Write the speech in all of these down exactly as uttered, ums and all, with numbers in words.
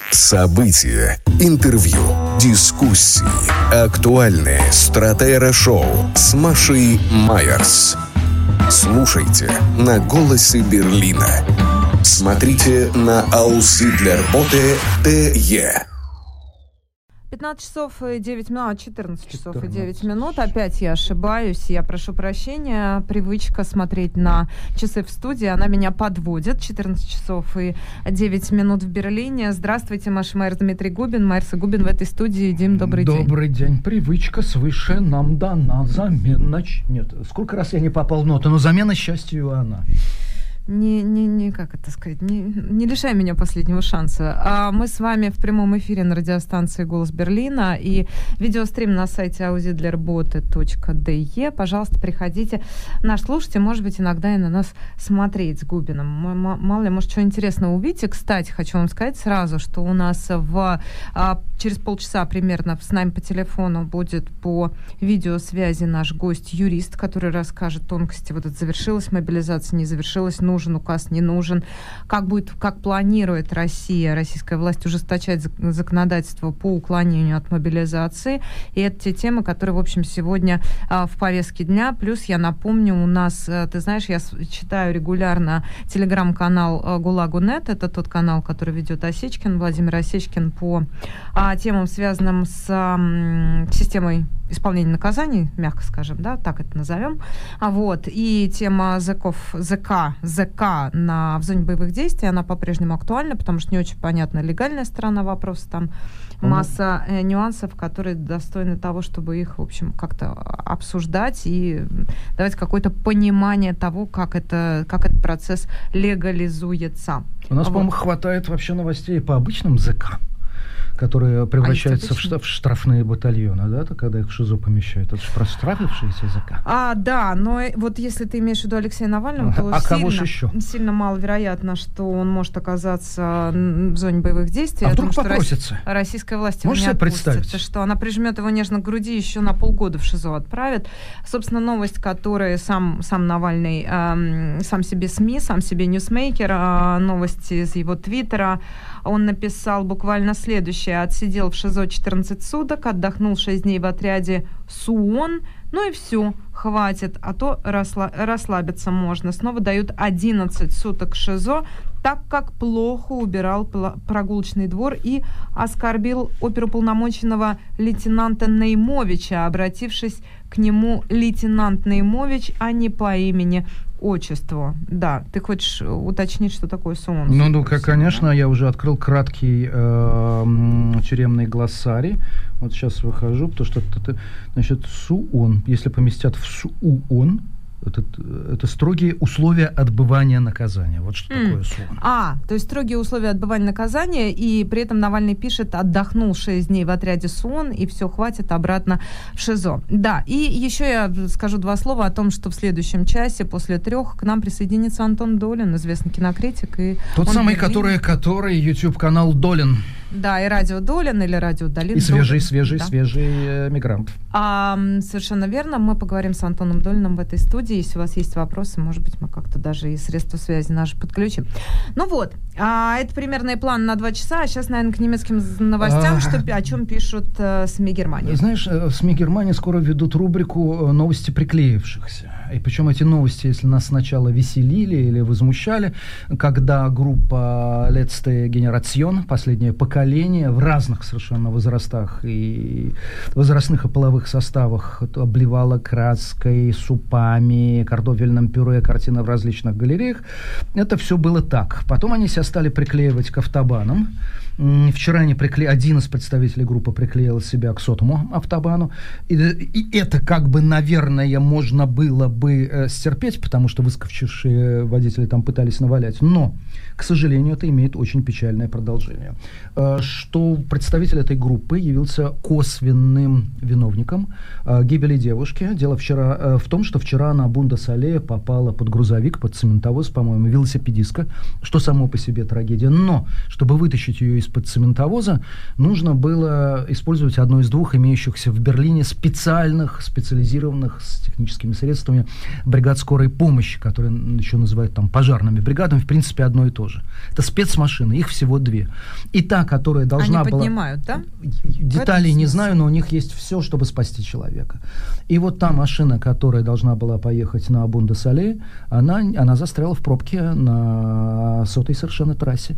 События, интервью, дискуссии, актуальные стратера-шоу с Машей Майерс. Слушайте на «Голосе Берлина». Смотрите на Ауслидлерботе ТЕ. пятнадцать часов и девять минут, четырнадцать часов и девять минут. Опять я ошибаюсь, я прошу прощения. Привычка смотреть на часы в студии, она меня подводит. четырнадцать часов и девять минут в Берлине. Здравствуйте, Маша Майер, Дмитрий Губин. Майерс и Губин в этой студии. Дим, добрый, добрый день. Добрый день. Привычка свыше нам дана. Замена... Нет, сколько раз я не попал в ноту, но замена счастью она. Не, не, не, как это сказать, не, не лишай меня последнего шанса. А мы с вами в прямом эфире на радиостанции «Голос Берлина» и видеострим на сайте ауслидлерботе точка де. Пожалуйста, приходите, нас слушайте, может быть, иногда и на нас смотреть с Губином. Мало ли, может, что интересного увидите. Кстати, хочу вам сказать сразу, что у нас в, а, через полчаса примерно с нами по телефону будет по видеосвязи наш гость-юрист, который расскажет тонкости. Вот это завершилась мобилизация, не завершилась, ну, нужен указ, не нужен, как будет, как планирует Россия, российская власть ужесточать законодательство по уклонению от мобилизации. И это те темы, которые, в общем, сегодня а, в повестке дня. Плюс, я напомню, у нас, а, ты знаешь, я читаю регулярно телеграм-канал а, ГУЛАГу.нет. Это тот канал, который ведет Осечкин, Владимир Осечкин, по а, темам, связанным с а, системой исполнения наказаний, мягко скажем, да, так это назовем. А вот, и тема ЗКов, ЗК, ЗК на, в зоне боевых действий, она по-прежнему актуальна, потому что не очень понятна легальная сторона вопроса, там масса э, нюансов, которые достойны того, чтобы их, в общем, как-то обсуждать и давать какое-то понимание того, как, это, как этот процесс легализуется. У нас, вот. По-моему, хватает вообще новостей по обычным ЗК, которые превращаются а в, штраф, в штрафные батальоны, да, то, когда их в ШИЗО помещают. Это же проштрафившиеся языка. А, да, но вот если ты имеешь в виду Алексея Навального, то а сильно, кого же еще? сильно маловероятно, что он может оказаться в зоне боевых действий. А Я вдруг думаю, попросится? Что российская власть его Можешь не себе представить? отпустит, что она прижмет его нежно к груди, еще на полгода в ШИЗО отправит. Собственно, новость, которую сам, сам Навальный, э, сам себе СМИ, сам себе ньюсмейкер, э, новости из его твиттера, он написал буквально следующее. Отсидел в ШИЗО четырнадцать суток, отдохнул шесть дней в отряде СУОН, ну и все, хватит, а то расла- расслабиться можно. Снова дают одиннадцать суток ШИЗО, так как плохо убирал пла- прогулочный двор и оскорбил оперуполномоченного лейтенанта Неймовича, обратившись к нему лейтенант Неймович, а не по имени отчеству. Да, ты хочешь уточнить, что такое СУОН? Ну, ну, как, конечно, я уже открыл краткий э, тюремный глоссарий. Вот сейчас выхожу, потому что это, значит, СУОН, если поместят в СУОН, это, это строгие условия отбывания наказания. Вот что mm. такое СУОН. А, то есть строгие условия отбывания наказания, и при этом Навальный пишет, отдохнул шесть дней в отряде СУОН, и все, хватит, обратно в ШИЗО. Да, и еще я скажу два слова о том, что в следующем часе, после трех, к нам присоединится Антон Долин, известный кинокритик. И Тот самый, который, который YouTube-канал Долин. Да, и радио Долин или радио Долин. И свежий, свежий, да. свежий э, мигрант. А, совершенно верно. Мы поговорим с Антоном Долиным в этой студии. Если у вас есть вопросы, может быть, мы как-то даже и средства связи наши подключим. Ну вот, а, это примерный план на два часа. А сейчас, наверное, к немецким новостям, а... что, о чем пишут э, СМИ Германии. Знаешь, СМИ Германии скоро введут рубрику «Новости приклеившихся». И причем эти новости, если нас сначала веселили или возмущали, когда группа Letzte Generation, последнее поколение, в разных совершенно возрастах и возрастных и половых составах обливала краской, супами, картофельным пюре, картины в различных галереях, это все было так. Потом они себя стали приклеивать к автобанам. Вчера они прикле... один из представителей группы приклеил себя к сотому автобану. И, и это как бы, наверное, можно было бы э, стерпеть, потому что выскочившие водители там пытались навалять. Но, к сожалению, это имеет очень печальное продолжение. Э, что представитель этой группы явился косвенным виновником э, гибели девушки. Дело вчера, э, в том, что вчера на Бундес-аллее попала под грузовик, под цементовоз, по-моему, велосипедистка, что само по себе трагедия. Но, чтобы вытащить ее из из-под цементовоза, нужно было использовать одно из двух имеющихся в Берлине специальных, специализированных с техническими средствами машины бригад скорой помощи, которые еще называют там пожарными бригадами, в принципе, одно и то же. Это спецмашины, их всего две. И та, которая должна Они была... поднимают, да? Деталей не знаю, но у них есть все, чтобы спасти человека. И вот та машина, которая должна была поехать на Бундес-Аллее, она, она застряла в пробке на сотой совершенно трассе.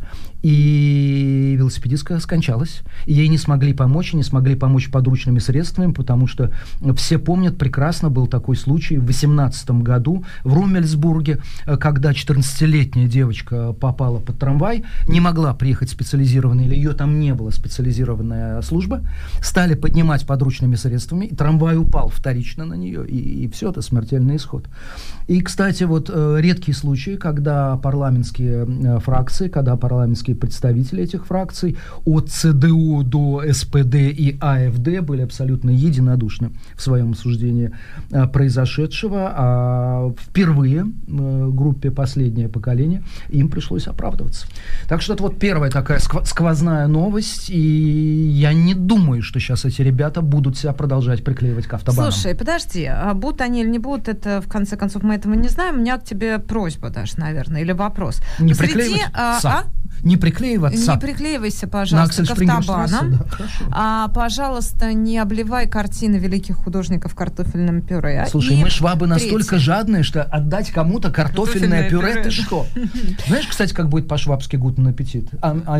И велосипедистка скончалась. И ей не смогли помочь, не смогли помочь подручными средствами, потому что все помнят прекрасно, был такой случай в восемнадцатом году в Румельсбурге, когда четырнадцатилетняя девочка попала под трамвай, не могла приехать специализированная, или ее там не было, специализированная служба, стали поднимать подручными средствами, и трамвай упал вторично на нее, и, и все, это смертельный исход. И, кстати, вот э, редкие случаи, когда парламентские э, фракции, когда парламентские представители этих фракций от ЦДУ до СПД и АФД были абсолютно единодушны в своем осуждении э, произошедшего, а впервые э, группе «Последнее поколение» им пришлось оправдываться. Так что это вот первая такая скв- сквозная новость, и я не думаю, что сейчас эти ребята будут себя продолжать приклеивать к автобанам. Слушай, подожди, а будут они или не будут, это в конце концов мы этого не знаем. У меня к тебе просьба даже, наверное, или вопрос. Не Посреди, приклеиваться. А, а? Не приклеиваться. Не приклеивайся, пожалуйста, к автобанам. Да, а, пожалуйста, не обливай картины великих художников картофельным пюре. Слушай, И мы швабы настолько третье. жадные, что отдать кому-то картофельное, картофельное пюре, пюре, ты что? Знаешь, кстати, как будет по-швабски «guten аппетит»?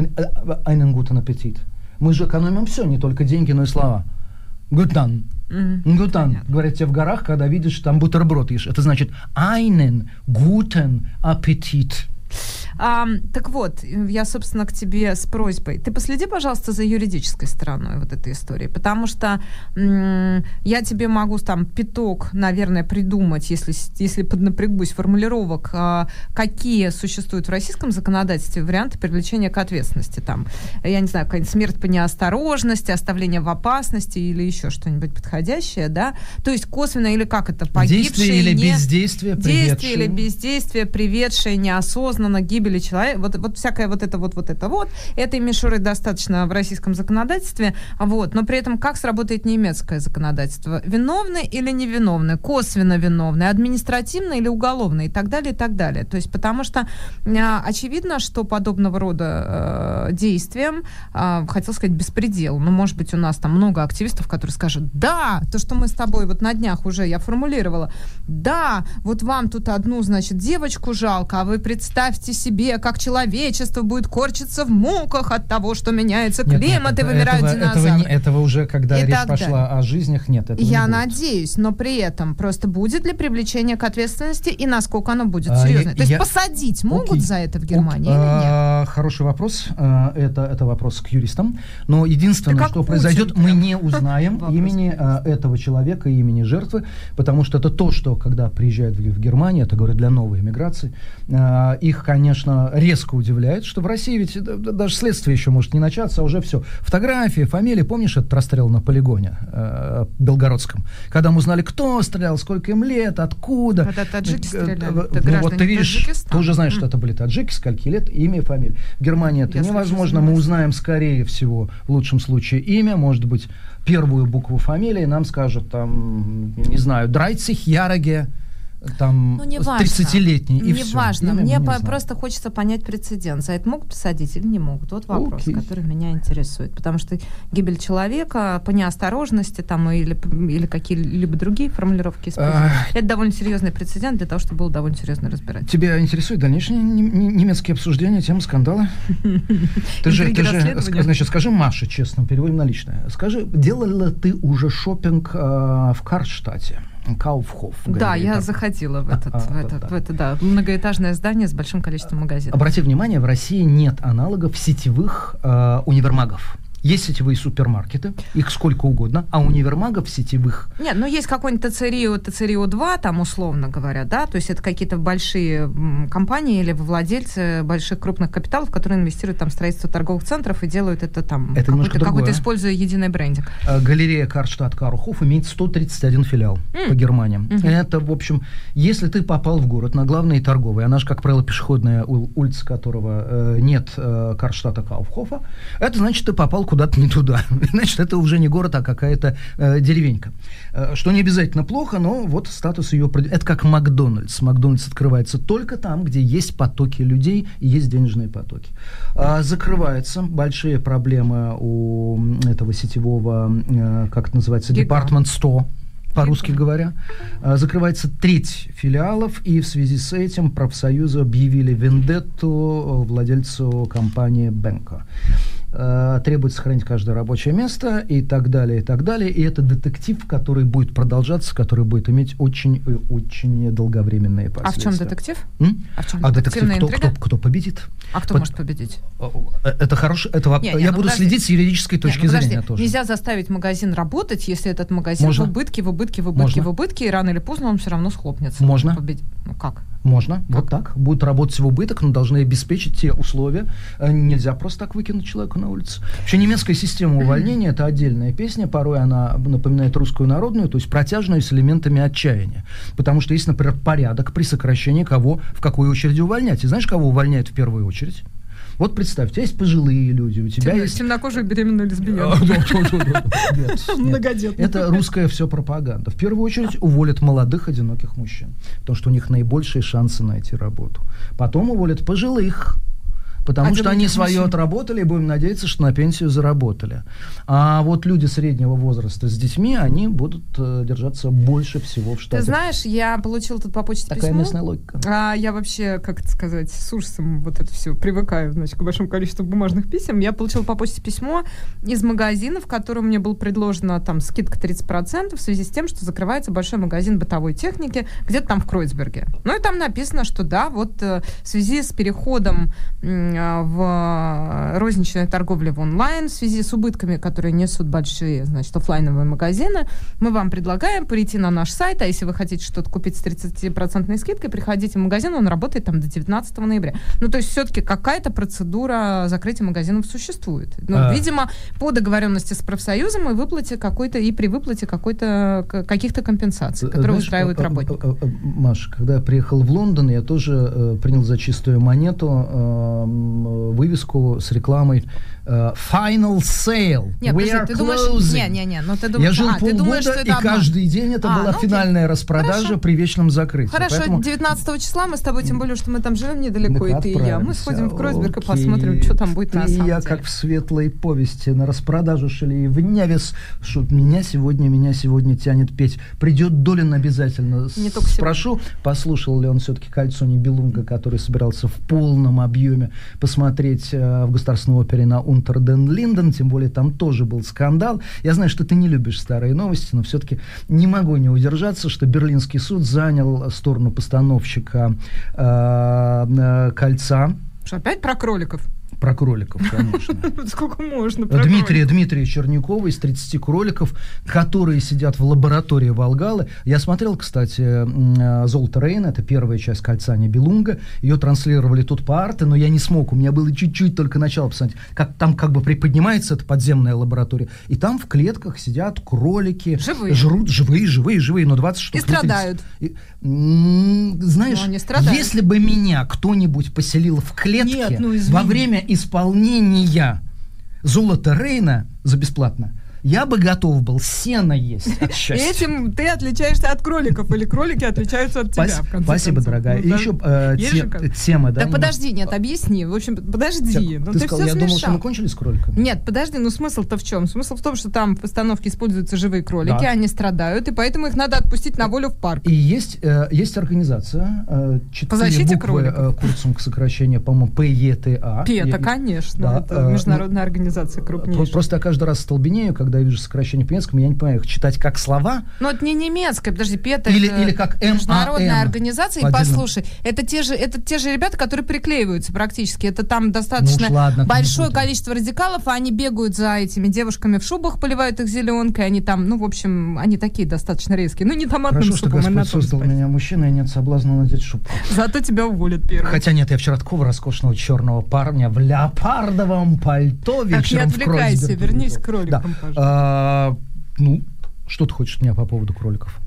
«Einen guten аппетит». Мы же экономим все, не только деньги, но и слова. «Guten». Mm-hmm. «Guten», говорят тебе в горах, когда видишь, там бутерброд ешь. Это значит «einen guten аппетит». А, так вот, я, собственно, к тебе с просьбой. Ты последи, пожалуйста, за юридической стороной вот этой истории, потому что м- я тебе могу там пяток, наверное, придумать, если, если поднапрягусь, формулировок, а, какие существуют в российском законодательстве варианты привлечения к ответственности. Там, я не знаю, какая-нибудь смерть по неосторожности, оставление в опасности или еще что-нибудь подходящее, да? То есть косвенно или как это? Погибшие, действие или не... бездействие, приведшие... Действие или бездействие, приведшее неосознанно к гибели человека. Вот, вот всякое вот это вот, вот это вот. Этой мишуры достаточно в российском законодательстве. Вот. Но при этом как сработает немецкое законодательство? Виновны или невиновны? Косвенно виновны? Административно или уголовно? И так далее, и так далее. То есть потому что э, очевидно, что подобного рода э, действиям, э, хотел сказать, беспредел. Ну, может быть, у нас там много активистов, которые скажут: да, то, что мы с тобой вот на днях уже я формулировала, да, вот вам тут одну, значит, девочку жалко, а вы представьте себе, как человечество будет корчиться в муках от того, что меняется климат, нет, нет, и вымирают этого, динозавры. Этого, этого уже, когда и речь пошла далее. О жизнях, нет, этого Я не надеюсь, но при этом просто будет ли привлечение к ответственности и насколько оно будет серьезно? А, То я, есть посадить я, могут окей, за это в Германии окей, или нет? А, хороший вопрос. А, это, это вопрос к юристам. Но единственное, что Путин, произойдет, прям. мы не узнаем имени а, этого человека, имени жертвы, потому что это то, что, когда приезжают в, в Германию, это, говорю, для новой эмиграции, а, их, конечно, резко удивляет, что в России ведь даже следствие еще может не начаться, а уже все. Фотографии, фамилии. Помнишь этот расстрел на полигоне э, Белгородском? Когда мы узнали, кто стрелял, сколько им лет, откуда. Когда таджики стреляли. Ну, вот ты видишь, ты уже знаешь, mm. что это были таджики, скольки лет, имя и фамилия. В Германии это Я невозможно. Мы узнаем, скорее всего, в лучшем случае имя, может быть, первую букву фамилии, нам скажут, там, не знаю, Драйцих-Яроге, там, ну, тридцатилетний, и не все. Важно. Мне по- просто хочется понять прецедент. За это могут посадить или не могут? Вот вопрос, okay. который меня интересует. Потому что гибель человека по неосторожности там, или, или какие-либо другие формулировки используют, это довольно серьезный прецедент для того, чтобы было довольно серьезно разбирать. Тебя интересуют дальнейшие немецкие обсуждения, темы скандала? Ты же, значит, скажи Маше, честно, переводим на личное. Скажи, делала ты уже шопинг в Картштадте? Кауфхоф. Да, я там. заходила в, этот, а, в, этот, да. в это да, многоэтажное здание с большим количеством магазинов. Обрати внимание, в России нет аналогов сетевых э, универмагов. Есть сетевые супермаркеты, их сколько угодно, а универмагов сетевых... Нет, ну есть какой-нибудь ТЦРИО, ТЦРИО-два, там условно говоря, да, то есть это какие-то большие компании или владельцы больших крупных капиталов, которые инвестируют там в строительство торговых центров и делают это там, это какой-то, какой-то используя единый брендинг. Галерея Картштадт Кауфхоф имеет сто тридцать один филиал mm. по Германии. Mm-hmm. Это, в общем, если ты попал в город на главные торговые, она же, как правило, пешеходная улица, которого э, нет э, Картштадта Кауфхофа, это значит, ты попал куда-то не туда. Значит, это уже не город, а какая-то э, деревенька. Э, что не обязательно плохо, но вот статус ее... Это как Макдональдс. Макдональдс открывается только там, где есть потоки людей и есть денежные потоки. А закрывается. Большие проблемы у этого сетевого, э, как это называется, Department Store, по-русски говоря. Закрывается треть филиалов, и в связи с этим профсоюзы объявили вендетту владельцу компании Бенко. Требует сохранить каждое рабочее место и так далее, и так далее. И это детектив, который будет продолжаться, который будет иметь очень-очень долговременные последствия. А в чем детектив? М? А в чем а детектив, кто, кто, кто победит? А кто Под... может победить? Это хорошо. Это... Не, не, я ну буду подожди. следить с юридической точки не, ну зрения тоже. Нельзя заставить магазин работать, если этот магазин Можно? в убытке, в убытке, в убытке, Можно? в убытке, и рано или поздно он все равно схлопнется. Можно? Побед... Ну как? Можно, как? Вот так. Будет работать в убыток, но должны обеспечить те условия. Нельзя просто так выкинуть человека на улицу. Вообще немецкая система увольнения – это отдельная песня. Порой она напоминает русскую народную, то есть протяжную с элементами отчаяния. Потому что есть, например, порядок при сокращении, кого в какой очереди увольнять. И знаешь, кого увольняют в первую очередь? Вот представь, у тебя есть пожилые люди, у тебя Темно, есть... Темнокожая беременная лесбиянка. Многодетная. Это русская все пропаганда. В первую очередь уволят молодых, одиноких мужчин, потому что у них наибольшие шансы найти работу. Потом уволят пожилых, потому что они свое отработали, и будем надеяться, что на пенсию заработали. А вот люди среднего возраста с детьми, они будут э, держаться больше всего в штате. Ты знаешь, я получила тут по почте Такая письмо. Такая местная логика. А я вообще, как это сказать, с ужасом вот это все привыкаю, значит, к большому количеству бумажных писем. Я получила по почте письмо из магазина, в котором мне было предложено там скидка тридцать процентов в связи с тем, что закрывается большой магазин бытовой техники где-то там в Кройцберге. Ну и там написано, что да, вот э, в связи с переходом э, в розничной торговле в онлайн, в связи с убытками, которые несут большие, значит, офлайновые магазины, мы вам предлагаем перейти на наш сайт, а если вы хотите что-то купить с тридцать процентной скидкой, приходите в магазин, он работает там до девятнадцатого ноября. Ну, то есть все-таки какая-то процедура закрытия магазинов существует. Ну, а... видимо, по договоренности с профсоюзом и выплате какой-то, и при выплате какой-то, каких-то компенсаций, которые Знаешь, устраивают работников. Маша, когда я приехал в Лондон, я тоже э, принял за чистую монету э, вывеску с рекламой uh, Final Sale. Нет, We подожди, are ты closing. думаешь, не, не, не, но ты думаешь, я жил а, полгода, думаешь, что и это каждый день это а, была ну, финальная окей. распродажа Хорошо. при вечном закрытии. Хорошо, Поэтому... девятнадцатого числа мы с тобой, тем более, что мы там живем недалеко, так и ты и я. Мы сходим в Кройцберг и посмотрим, что там будет ты на самом и я, деле. как в светлой повести, на распродажу шли в Невис, что меня сегодня, меня сегодня тянет петь. Придет Долин обязательно. Не только Спрошу, послушал ли он все-таки «Кольцо Нибелунга», который собирался в полном объеме посмотреть э, в Государственной опере на Унтер ден Линден, тем более там тоже был скандал. Я знаю, что ты не любишь старые новости, но все-таки не могу не удержаться, что Берлинский суд занял сторону постановщика э, э, «Кольца». Что, опять про кроликов? Про кроликов, конечно. Сколько можно? Дмитрия Дмитрия Чернякова из тридцати кроликов, которые сидят в лаборатории Волгалы. Я смотрел, кстати, «Золото Рейна», это первая часть «Кольца Нибелунга». Ее транслировали тут по Арте, но я не смог. У меня было чуть-чуть только начало посмотреть. Как, там как бы приподнимается эта подземная лаборатория. И там в клетках сидят кролики. Живые. Жрут, живые, живые, живые, но двадцать штук. И страдают. И, м- знаешь, если бы меня кто-нибудь поселил в клетке Нет, ну, во время исполнения «Золота Рейна» за бесплатно, я бы готов был сено есть от счастья. Этим ты отличаешься от кроликов, или кролики отличаются от тебя. Спасибо, спасибо дорогая. И еще э, те, тема, да? Да подожди, нет, объясни. В общем, подожди. Ну, ты, ты сказал, я думал, что мы кончили с кроликами. Нет, подожди, ну смысл-то в чем? Смысл в том, что там в постановке используются живые кролики, да. Они страдают, и поэтому их надо отпустить на волю в парк. И есть, э, есть организация, э, четыре буквы э, курсом к сокращению, по-моему, пэ е тэ а. ПЕТА, конечно. Да, это э, международная э, организация крупнейшая. Просто я каждый раз столбенею, когда я вижу сокращение по-немецкому, я не понимаю, их читать как слова. Но это не немецкая, подожди, ПЕТА или, это или как международная организация. И послушай, это те, же, это те же ребята, которые приклеиваются практически. Это там достаточно ну, ладно, большое количество радикалов, а они бегают за этими девушками в шубах, поливают их зеленкой, они там, ну, в общем, они такие достаточно резкие. Ну, не томатным Хорошо, супом. Хорошо, что Господь создал спать. Меня мужчиной, и нет соблазна надеть шубку. Зато тебя уволят первым. Хотя нет, я вчера такого роскошного черного парня в леопардовом пальто вечером в Кройцберге. Так, не отвлекайся, вернись к кроликам, да. пожалуйста. А, ну, что ты хочешь от меня по поводу кроликов?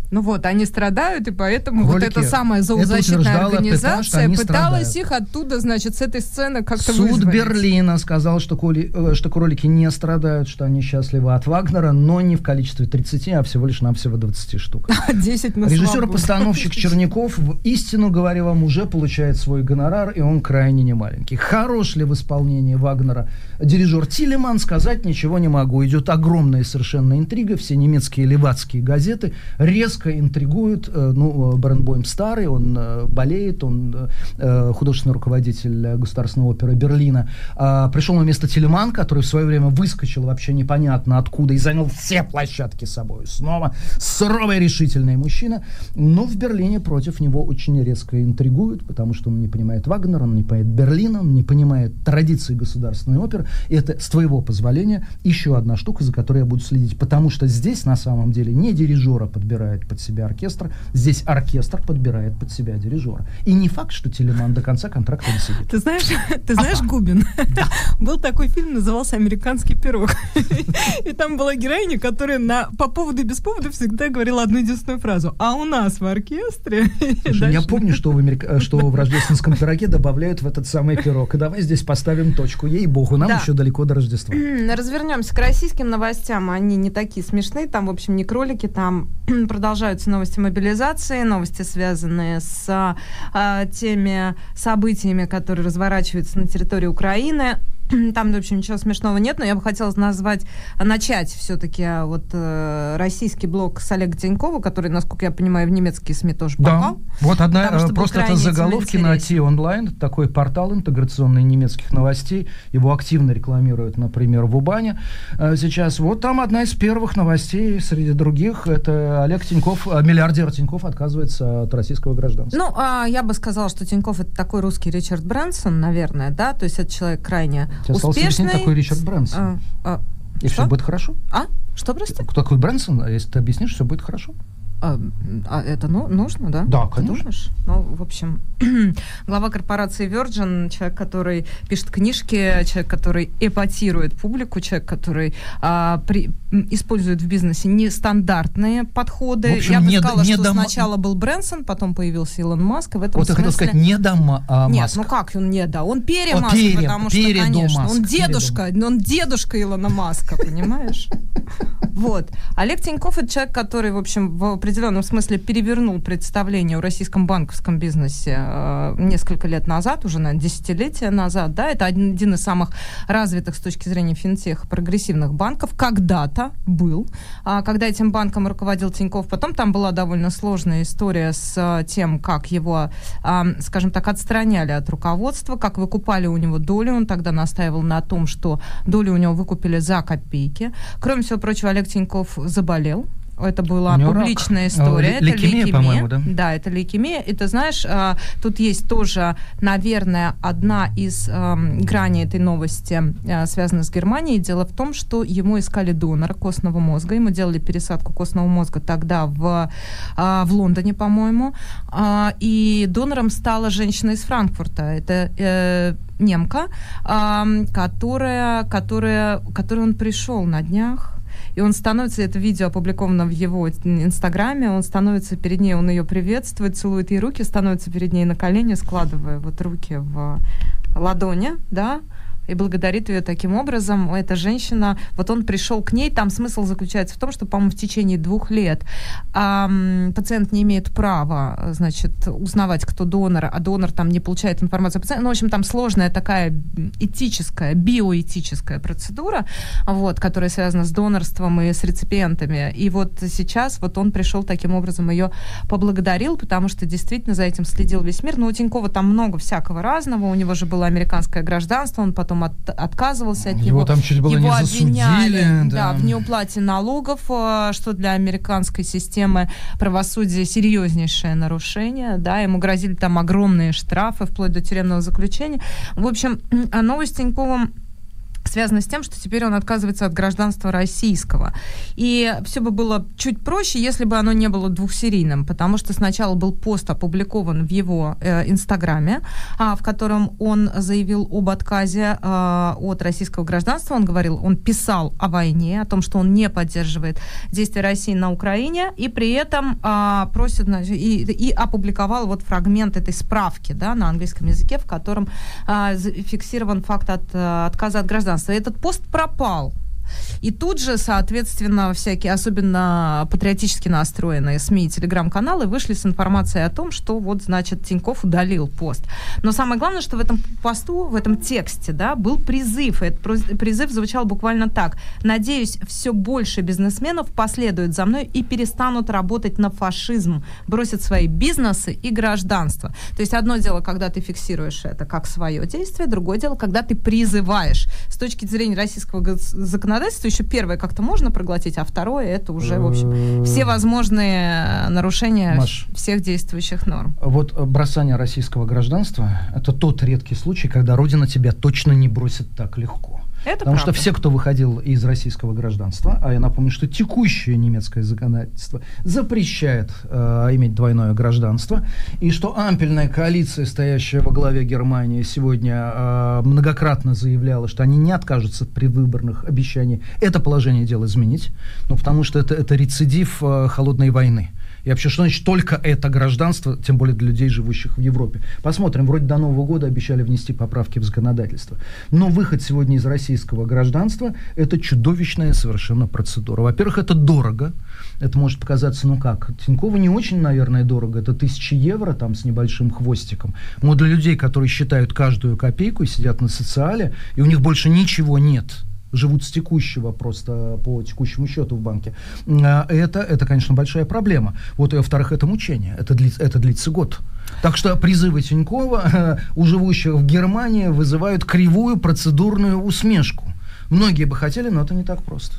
Ну вот, они страдают, и поэтому Кролики. Вот эта самая зоозащитная Это организация ПЭТА, пыталась страдают. их оттуда, значит, с этой сцены как-то Суд вызволить. Берлина сказал, что, коли, э, что кролики не страдают, что они счастливы от Вагнера, но не в количестве тридцати, а всего лишь навсего двадцати штук. десять на Режиссер-постановщик Черняков, в истину говоря вам, уже получает свой гонорар, и он крайне немаленький. Хорош ли в исполнении Вагнера дирижер Тилеман, сказать ничего не могу. Идет огромная совершенно интрига, все немецкие левацкие газеты резко интригуют. Ну, Баренбойм старый, он э, болеет, он э, художественный руководитель Государственной оперы Берлина. А, пришел на место Тилеман, который в свое время выскочил вообще непонятно откуда и занял все площадки собой. Снова суровый, решительный мужчина. Но в Берлине против него очень резко интригуют, потому что он не понимает Вагнера, он не понимает Берлина, он не понимает традиции государственной оперы. И это, с твоего позволения, еще одна штука, за которой я буду следить. Потому что здесь, на самом деле, не дирижера подбирает под себя оркестр, здесь оркестр подбирает под себя дирижера. И не факт, что Тилеман до конца контракта не сидит. Ты знаешь, ты знаешь, а, Губин, да. Был такой фильм, назывался «Американский пирог». И там была героиня, которая на, по поводу и без повода всегда говорила одну единственную фразу. А у нас в оркестре... Слушай, я помню, что в, Америка... что в рождественском пироге добавляют в этот самый пирог. И давай здесь поставим точку. Ей-богу, нам да. еще далеко до Рождества. Развернемся к российским новостям. Они не такие смешные. Там, в общем, не кролики. Там продолжаются новости мобилизации, новости, связанные с а, теми событиями, которые разворачиваются на территории Украины. Там, в общем, ничего смешного нет, но я бы хотела назвать, начать все-таки вот э, российский блог с Олега Тинькова, который, насколько я понимаю, в немецкие СМИ тоже попал. Да, вот одна, просто это заголовки на T-Online, такой портал интеграционный немецких новостей, его активно рекламируют, например, в Убане э, сейчас. Вот там одна из первых новостей среди других, это Олег Тиньков, миллиардер Тиньков отказывается от российского гражданства. Ну, а я бы сказала, что Тиньков это такой русский Ричард Брэнсон, наверное, да, то есть это человек крайне Тебя успешный. такой Ричард Брэнсон. А, а, и что? Все будет хорошо? А? Что, прости? Кто такой Брэнсон? Если ты объяснишь, все будет хорошо. А, а это ну, нужно, да? Да, конечно. Ты думаешь? Ну, в общем, глава корпорации Virgin, человек, который пишет книжки, человек, который эпатирует публику, человек, который а, при, использует в бизнесе нестандартные подходы. В общем, я бы не сказала, не что дом... сначала был Брэнсон, потом появился Илон Маск. И в этом вот смысле... я хотел сказать, не дома, а Маск. Нет, ну как он не да? Он перемаск, пере, потому что, конечно, Маск, он дедушка, он дедушка Илона Маска, понимаешь? Вот. Олег Тиньков — это человек, который, в общем, в определенном смысле перевернул представление о российском банковском бизнесе э, несколько лет назад, уже, наверное, десятилетия назад, да, это один, один из самых развитых с точки зрения финтеха прогрессивных банков, когда-то был, а, когда этим банком руководил Тиньков, потом там была довольно сложная история с тем, как его, а, скажем так, отстраняли от руководства, как выкупали у него доли, он тогда настаивал на том, что доли у него выкупили за копейки. Кроме всего прочего, Олег Тиньков заболел. Это была публичная рак. История. Лейкемия, это лейкемия, по-моему, да? Да, это лейкемия. И ты знаешь, тут есть тоже, наверное, одна из граней этой новости, связанная с Германией. Дело в том, что ему искали донора костного мозга. Ему делали пересадку костного мозга тогда в, в Лондоне, по-моему. И донором стала женщина из Франкфурта. Это немка, которая, которая, которой он пришел на днях. И он становится, это видео опубликовано в его инстаграме, он становится перед ней, он ее приветствует, целует ей руки, становится перед ней на колени, складывая вот руки в ладони, да, и благодарит ее таким образом. Эта женщина, вот он пришел к ней, там смысл заключается в том, что, по-моему, в течение двух лет эм, пациент не имеет права, значит, узнавать, кто донор, а донор там не получает информацию о пациенте. Ну, в общем, там сложная такая этическая, биоэтическая процедура, вот, которая связана с донорством и с реципиентами. И вот сейчас вот он пришел таким образом, ее поблагодарил, потому что действительно за этим следил весь мир. Но у Тинькова там много всякого разного, у него же было американское гражданство, он потом От, отказывался от его. Его там чуть было его не обвиняли, засудили. Да, да, в неуплате налогов, что для американской системы правосудия серьезнейшее нарушение. Да, ему грозили там огромные штрафы, вплоть до тюремного заключения. В общем, новость Тиньковым связано с тем, что теперь он отказывается от гражданства российского. И все бы было чуть проще, если бы оно не было двухсерийным, потому что сначала был пост опубликован в его э, инстаграме, а, в котором он заявил об отказе э, от российского гражданства. Он говорил, он писал о войне, о том, что он не поддерживает действия России на Украине, и при этом э, просит, значит, и, и опубликовал вот фрагмент этой справки, да, на английском языке, в котором э, фиксирован факт от, э, отказа от гражданства. Этот пост пропал. И тут же, соответственно, всякие, особенно патриотически настроенные СМИ и телеграм-каналы вышли с информацией о том, что вот, значит, Тинькофф удалил пост. Но самое главное, что в этом посту, в этом тексте, да, был призыв. И этот призыв звучал буквально так. «Надеюсь, все больше бизнесменов последуют за мной и перестанут работать на фашизм, бросят свои бизнесы и гражданство». То есть одно дело, когда ты фиксируешь это как свое действие, другое дело, когда ты призываешь. С точки зрения российского законодательства еще первое как-то можно проглотить, а второе это уже, в общем, все возможные нарушения Маш, всех действующих норм. Вот бросание российского гражданства — это тот редкий случай, когда Родина тебя точно не бросит так легко. Это Потому правда. что все, кто выходил из российского гражданства, а я напомню, что текущее немецкое законодательство запрещает э, иметь двойное гражданство, и что ампельная коалиция, стоящая во главе Германии, сегодня э, многократно заявляла, что они не откажутся при выборных обещаний это положение дела изменить, ну, потому что это, это рецидив э, холодной войны. И вообще, что значит только это гражданство, тем более для людей, живущих в Европе? Посмотрим, вроде до Нового года обещали внести поправки в законодательство. Но выход сегодня из российского гражданства – это чудовищная совершенно процедура. Во-первых, это дорого. Это может показаться, ну как, Тинькову не очень, наверное, дорого. Это тысячи евро там с небольшим хвостиком. Но для людей, которые считают каждую копейку и сидят на социале, и у них больше ничего нет, живут с текущего, просто по текущему счету в банке. Это, это, конечно, большая проблема. Вот, и, во-вторых, это мучение. Это длится, это длится год. Так что призывы Тинькова у живущих в Германии вызывают кривую процедурную усмешку. Многие бы хотели, но это не так просто.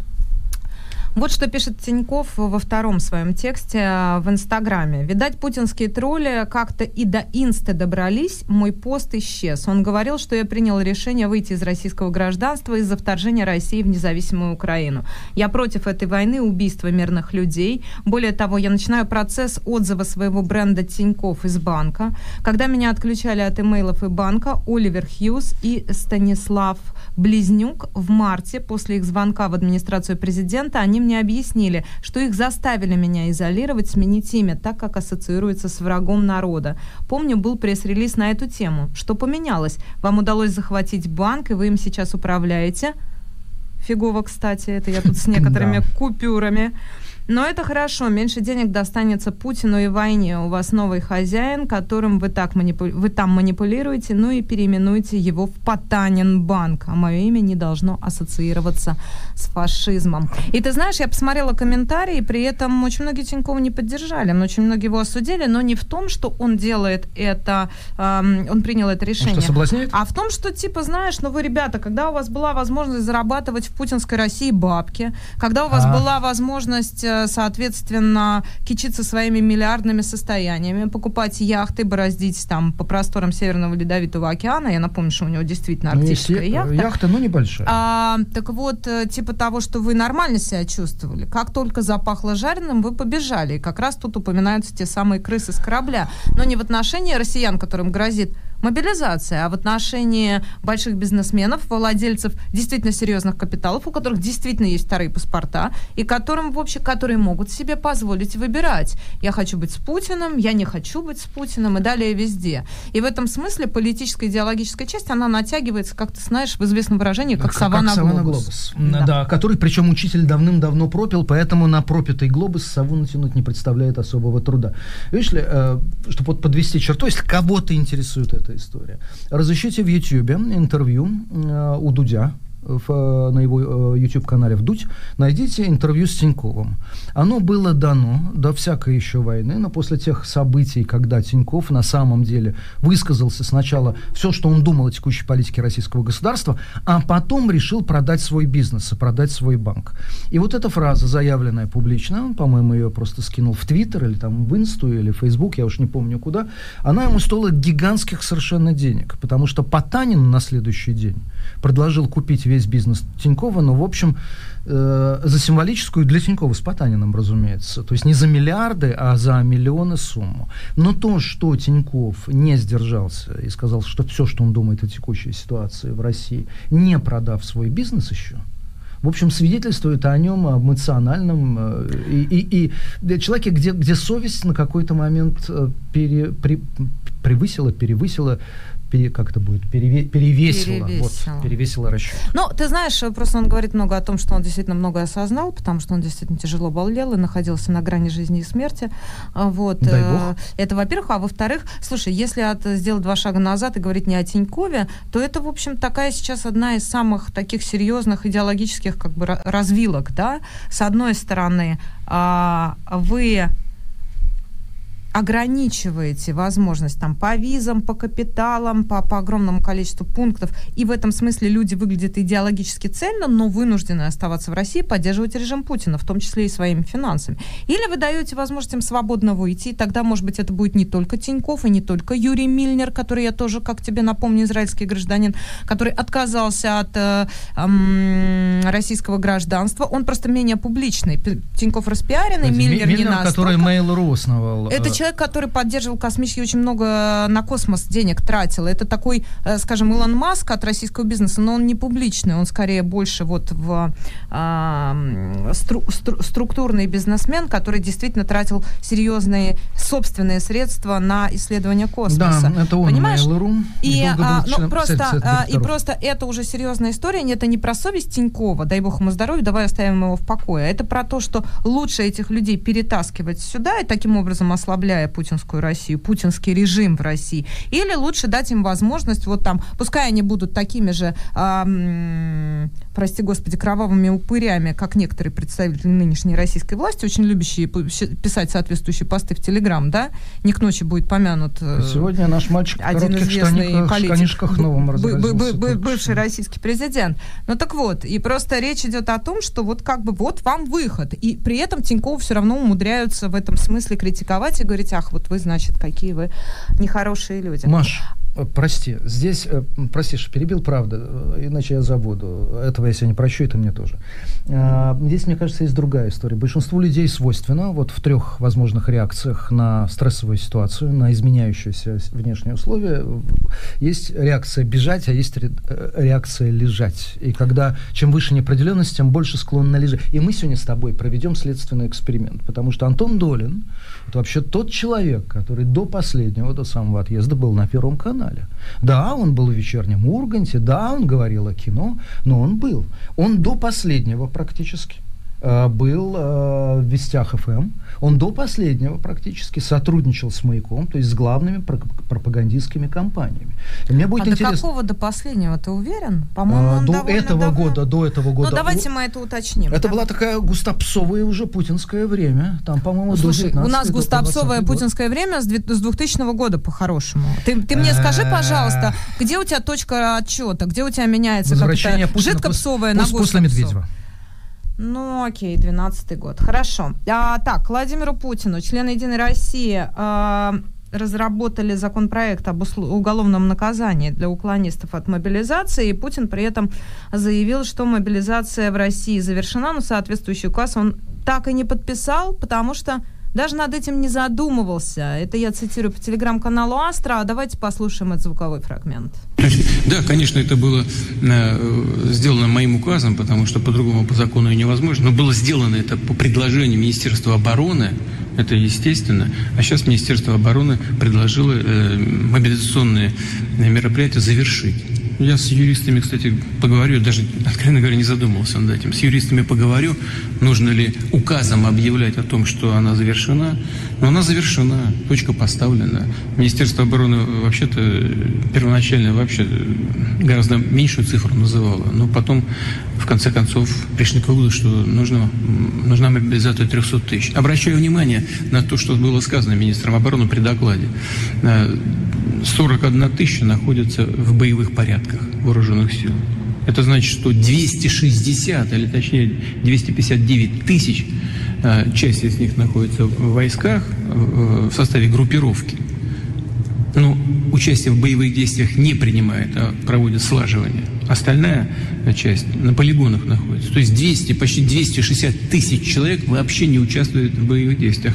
Вот что пишет Тинькофф во втором своем тексте в Инстаграме. «Видать, путинские тролли как-то и до инсты добрались, мой пост исчез. Он говорил, что я принял решение выйти из российского гражданства из-за вторжения России в независимую Украину. Я против этой войны, убийства мирных людей. Более того, я начинаю процесс отзыва своего бренда Тинькофф из банка. Когда меня отключали от имейлов и банка, Оливер Хьюз и Станислав Близнюк в марте, после их звонка в администрацию президента, они мне объяснили, что их заставили меня изолировать, сменить имя, так как ассоциируется с врагом народа. Помню, был пресс-релиз на эту тему. Что поменялось? Вам удалось захватить банк, и вы им сейчас управляете?» Фигово, кстати, это я тут с некоторыми купюрами. Но это хорошо, меньше денег достанется Путину и войне. У вас новый хозяин, которым вы, так манипу... вы там манипулируете, ну и переименуете его в Потанинбанк. А мое имя не должно ассоциироваться с фашизмом. И ты знаешь, я посмотрела комментарии, при этом очень многие Тинькова не поддержали, но очень многие его осудили, но не в том, что он делает это, эм, он принял это решение. Он что, соблазняет? А в том, что, типа, знаешь, ну вы, ребята, когда у вас была возможность зарабатывать в путинской России бабки, когда у вас а. была возможность, соответственно, кичиться своими миллиардными состояниями, покупать яхты, бороздить там по просторам Северного Ледовитого океана, я напомню, что у него действительно арктическая ну, яхта. Яхта, но небольшая. А, так вот, типа того, что вы нормально себя чувствовали, как только запахло жареным, вы побежали. И как раз тут упоминаются те самые крысы с корабля. Но не в отношении россиян, которым грозит мобилизация, а в отношении больших бизнесменов, владельцев действительно серьезных капиталов, у которых действительно есть вторые паспорта, и которым, в общем, которые могут себе позволить выбирать. Я хочу быть с Путиным, я не хочу быть с Путиным, и далее везде. И в этом смысле политическая идеологическая часть, она натягивается, как ты знаешь, в известном выражении, как, как сова на глобус. глобус. Да. да, который, причем, учитель давным-давно пропил, поэтому на пропитый глобус сову натянуть не представляет особого труда. Видишь ли, э, чтобы вот подвести черту, если кого-то интересует это, история. Разыщите в Ютьюбе интервью э, у Дудя, в, на его YouTube-канале «Вдудь», найдите интервью с Тиньковым. Оно было дано до всякой еще войны, но после тех событий, когда Тиньков на самом деле высказался сначала все, что он думал о текущей политике российского государства, а потом решил продать свой бизнес и продать свой банк. И вот эта фраза, заявленная публично, он, по-моему, ее просто скинул в Твиттер или там в Инсту или в Фейсбук, я уж не помню куда, она ему стоила гигантских совершенно денег, потому что Потанин на следующий день предложил купить весь бизнес Тинькова, но, в общем, э, за символическую для Тинькова с Потаниным, разумеется. То есть не за миллиарды, а за миллионы сумму. Но то, что Тиньков не сдержался и сказал, что все, что он думает о текущей ситуации в России, не продав свой бизнес еще, в общем, свидетельствует о нем, об эмоциональном э, и, и, и человеке, где, где совесть на какой-то момент э, пере, при, превысила, перевысила, пере, как это будет, переве, перевесила, перевесила. Вот, перевесила расчет. Ну, ты знаешь, просто он говорит много о том, что он действительно многое осознал, потому что он действительно тяжело болел и находился на грани жизни и смерти. Вот. Дай бог. Это, во-первых. А во-вторых, слушай, если от, сделать два шага назад и говорить не о Тинькове, то это, в общем, такая сейчас одна из самых таких серьезных идеологических как бы развилок, да? С одной стороны, вы ограничиваете возможность там, по визам, по капиталам, по, по огромному количеству пунктов, и в этом смысле люди выглядят идеологически цельно, но вынуждены оставаться в России, поддерживать режим Путина, в том числе и своими финансами. Или вы даете возможность им свободно выйти, и тогда, может быть, это будет не только Тиньков и не только Юрий Мильнер, который я тоже, как тебе напомню, израильский гражданин, который отказался от э, э, российского гражданства. Он просто менее публичный. Тиньков распиаренный, Мильнер, Мильнер не настолько. Который Mail.ru основал. Это человек, который поддерживал космически, очень много на космос денег тратил. Это такой, скажем, Илон Маск от российского бизнеса, но он не публичный, он скорее больше вот в э, стру, стру, структурный бизнесмен, который действительно тратил серьезные собственные средства на исследование космоса. Да, это он, понимаешь? Mail.ru. И, а, ну, просто, а, и просто это уже серьезная история, это не про совесть Тинькова, дай бог ему здоровья, давай оставим его в покое. Это про то, что лучше этих людей перетаскивать сюда и таким образом ослабляя путинскую Россию, путинский режим в России, или лучше дать им возможность, вот там, пускай они будут такими же, э, прости господи, кровавыми упырями, как некоторые представители нынешней российской власти, очень любящие писать соответствующие посты в Телеграм, да, не к ночи будет помянут. Э, Сегодня наш мальчик в коротких штаниках, штанишках новым разразился. Бывший российский президент. Ну так вот, и просто речь идет о том, что вот как бы вот вам выход, и при этом Тинькова все равно умудряются в этом смысле критиковать и говорить, ах, вот вы, значит, какие вы нехорошие люди. Маш, прости, здесь, прости, что перебил, правда, иначе я забуду. Этого я себе не прощу, это мне тоже. Здесь, мне кажется, есть другая история. Большинству людей свойственно, вот в трех возможных реакциях на стрессовую ситуацию, на изменяющиеся внешние условия, есть реакция бежать, а есть реакция лежать. И когда чем выше неопределенность, тем больше склонны лежать. И мы сегодня с тобой проведем следственный эксперимент, потому что Антон Долин — это вообще тот человек, который до последнего, до самого отъезда был на Первом канале. Да, он был в вечернем Урганте, да, он говорил о кино, но он был. Он до последнего практически э, был э, в Вестях эф эм. Он до последнего практически сотрудничал с «Маяком», то есть с главными про- пропагандистскими компаниями. И мне будет а интересно... до какого до последнего, ты уверен? По-моему, он до этого давно... года, до этого года. Ну, давайте мы это уточним. Это да? была такая густопсовое уже путинское время. Там, по-моему, слушай, до у нас густопсовое путинское время с двухтысячного года, по-хорошему. Ты, ты мне скажи, пожалуйста, где у тебя точка отчета, где у тебя меняется как-то жидкопсовое на густопсовое? После Медведева. Ну, окей, двенадцатый год. Хорошо. А, так, Владимиру Путину, члены «Единой России», а, разработали законопроект об уголовном наказании для уклонистов от мобилизации, и Путин при этом заявил, что мобилизация в России завершена, но соответствующий указ он так и не подписал, потому что даже над этим не задумывался. Это я цитирую по телеграм-каналу Астра. Давайте послушаем этот звуковой фрагмент. Да, конечно, это было э, сделано моим указом, потому что по-другому по закону невозможно. Но было сделано это по предложению Министерства обороны, это естественно. А сейчас Министерство обороны предложило э, мобилизационные мероприятия завершить. Я с юристами, кстати, поговорю, даже, откровенно говоря, не задумывался над этим. С юристами поговорю, нужно ли указом объявлять о том, что она завершена. Но она завершена, точка поставлена. Министерство обороны вообще-то первоначально вообще гораздо меньшую цифру называло. Но потом, в конце концов, пришли к выводу, что нужно, нужна мобилизация трехсот тысяч. Обращаю внимание на то, что было сказано министром обороны при докладе. сорок одна тысяча находятся в боевых порядках вооруженных сил. Это значит, что двести шестьдесят, или точнее двести пятьдесят девять тысяч, часть из них находится в войсках в составе группировки. ну, участие в боевых действиях не принимает, а проводит слаживание. Остальная часть на полигонах находится. То есть двести, почти двести шестьдесят тысяч человек вообще не участвуют в боевых действиях,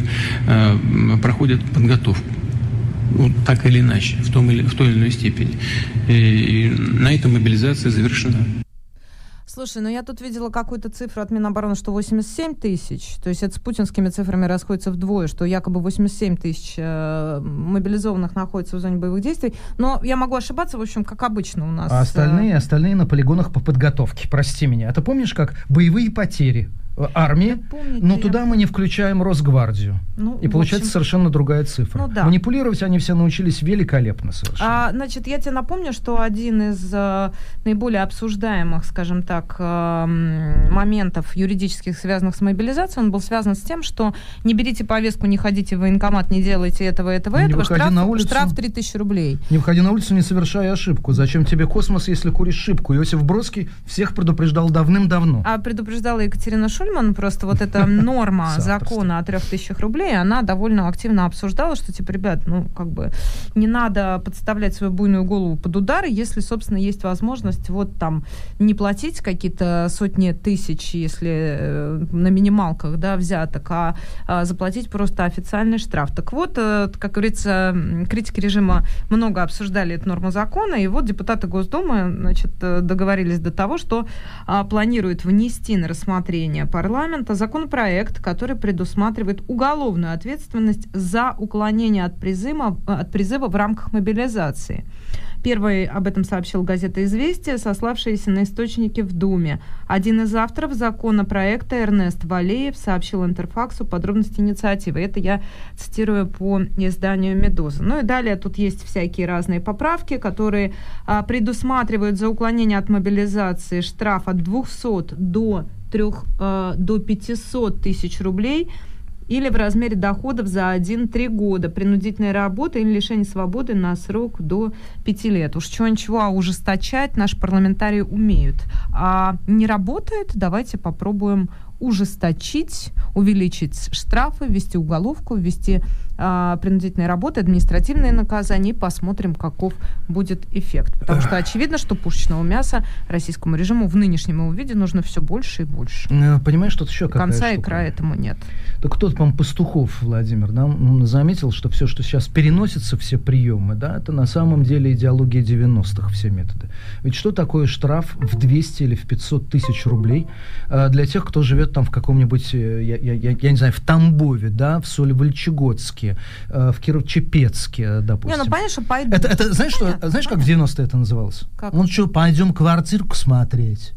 проходят подготовку. Ну, так или иначе, в, том или, в той или иной степени. И, и на этом мобилизация завершена. Слушай, ну я тут видела какую-то цифру от Минобороны, что восемьдесят семь тысяч, то есть это с путинскими цифрами расходится вдвое, что якобы восемьдесят семь тысяч э, мобилизованных находится в зоне боевых действий, но я могу ошибаться, в общем, как обычно у нас. А остальные, э... остальные на полигонах по подготовке, прости меня. А ты помнишь, как боевые потери армии, помню, но туда я... мы не включаем Росгвардию. Ну, и получается общем... совершенно другая цифра. Ну, да. Манипулировать они все научились великолепно совершенно. А, значит, я тебе напомню, что один из а, наиболее обсуждаемых, скажем так, а, моментов юридических, связанных с мобилизацией, он был связан с тем, что не берите повестку, не ходите в военкомат, не делайте этого, этого, не этого, штраф, на улицу, штраф три тысячи рублей. Не выходи на улицу, не совершай ошибку. Зачем тебе космос, если куришь шибку? Иосиф Бродский всех предупреждал давным-давно. А предупреждала Екатерина Шульман, просто вот эта норма закона о трех тысячах рублей, она довольно активно обсуждала, что, типа, ребят, ну, как бы, не надо подставлять свою буйную голову под удары, если, собственно, есть возможность вот там не платить какие-то сотни тысяч, если э, на минималках, да, взяток, а, а заплатить просто официальный штраф. Так вот, э, как говорится, критики режима много обсуждали эту норму закона, и вот депутаты Госдумы, значит, договорились до того, что а, планируют внести на рассмотрение парламента законопроект, который предусматривает уголовную ответственность за уклонение от призыва, от призыва в рамках мобилизации. Первый об этом сообщил газета «Известия», сославшаяся на источники в Думе. Один из авторов законопроекта, Эрнест Валеев, сообщил Интерфаксу подробности инициативы. Это я цитирую по изданию «Медуза». Ну и далее тут есть всякие разные поправки, которые а, предусматривают за уклонение от мобилизации штраф от двухсот до трех, а, до пятисот тысяч рублей или в размере доходов за один-три года, принудительной работы или лишения свободы на срок до пяти лет. Уж чего-ничего, а ужесточать наши парламентарии умеют. А не работает? Давайте попробуем ужесточить, увеличить штрафы, ввести уголовку, ввести а, принудительные работы, административные наказания, и посмотрим, каков будет эффект. Потому что очевидно, что пушечного мяса российскому режиму в нынешнем его виде нужно все больше и больше. Понимаешь, что еще какая конца штука? И края этому нет. Так кто-то, по-моему, Пастухов, Владимир, да, он заметил, что все, что сейчас переносится, все приемы, да, это на самом деле идеология девяностых, все методы. Ведь что такое штраф в двести или в пятьсот тысяч рублей а, для тех, кто живет там в каком-нибудь, я, я, я, я не знаю, в Тамбове, да, в Соль-Вольчегодске, в Кирово-Чепецке, допустим. Не, ну понятно, что пойдут. Это, это, знаешь, понятно, что, знаешь, понятно. Как в девяностые это называлось? Как? Ну что, пойдем квартирку смотреть.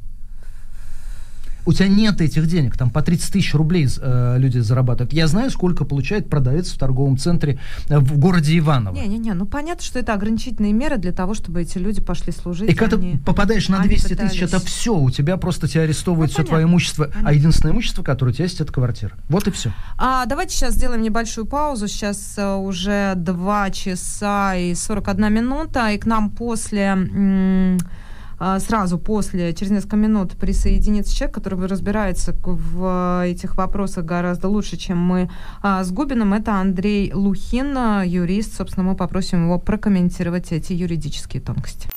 У тебя нет этих денег, там по тридцать тысяч рублей э, люди зарабатывают. Я знаю, сколько получает продавец в торговом центре э, в городе Иваново. Не-не-не, ну понятно, что это ограничительные меры для того, чтобы эти люди пошли служить. И когда ты попадаешь на двести тысяч, это все, у тебя просто тебя арестовывают, ну, все понятно, твое имущество, понятно. А единственное имущество, которое у тебя есть, это квартира. Вот и все. А, давайте сейчас сделаем небольшую паузу. Сейчас а, уже два часа и сорок одна минута, и к нам после... М- сразу после, через несколько минут присоединится человек, который разбирается в этих вопросах гораздо лучше, чем мы с Губиным. Это Андрей Лухин, юрист. Собственно, мы попросим его прокомментировать эти юридические тонкости.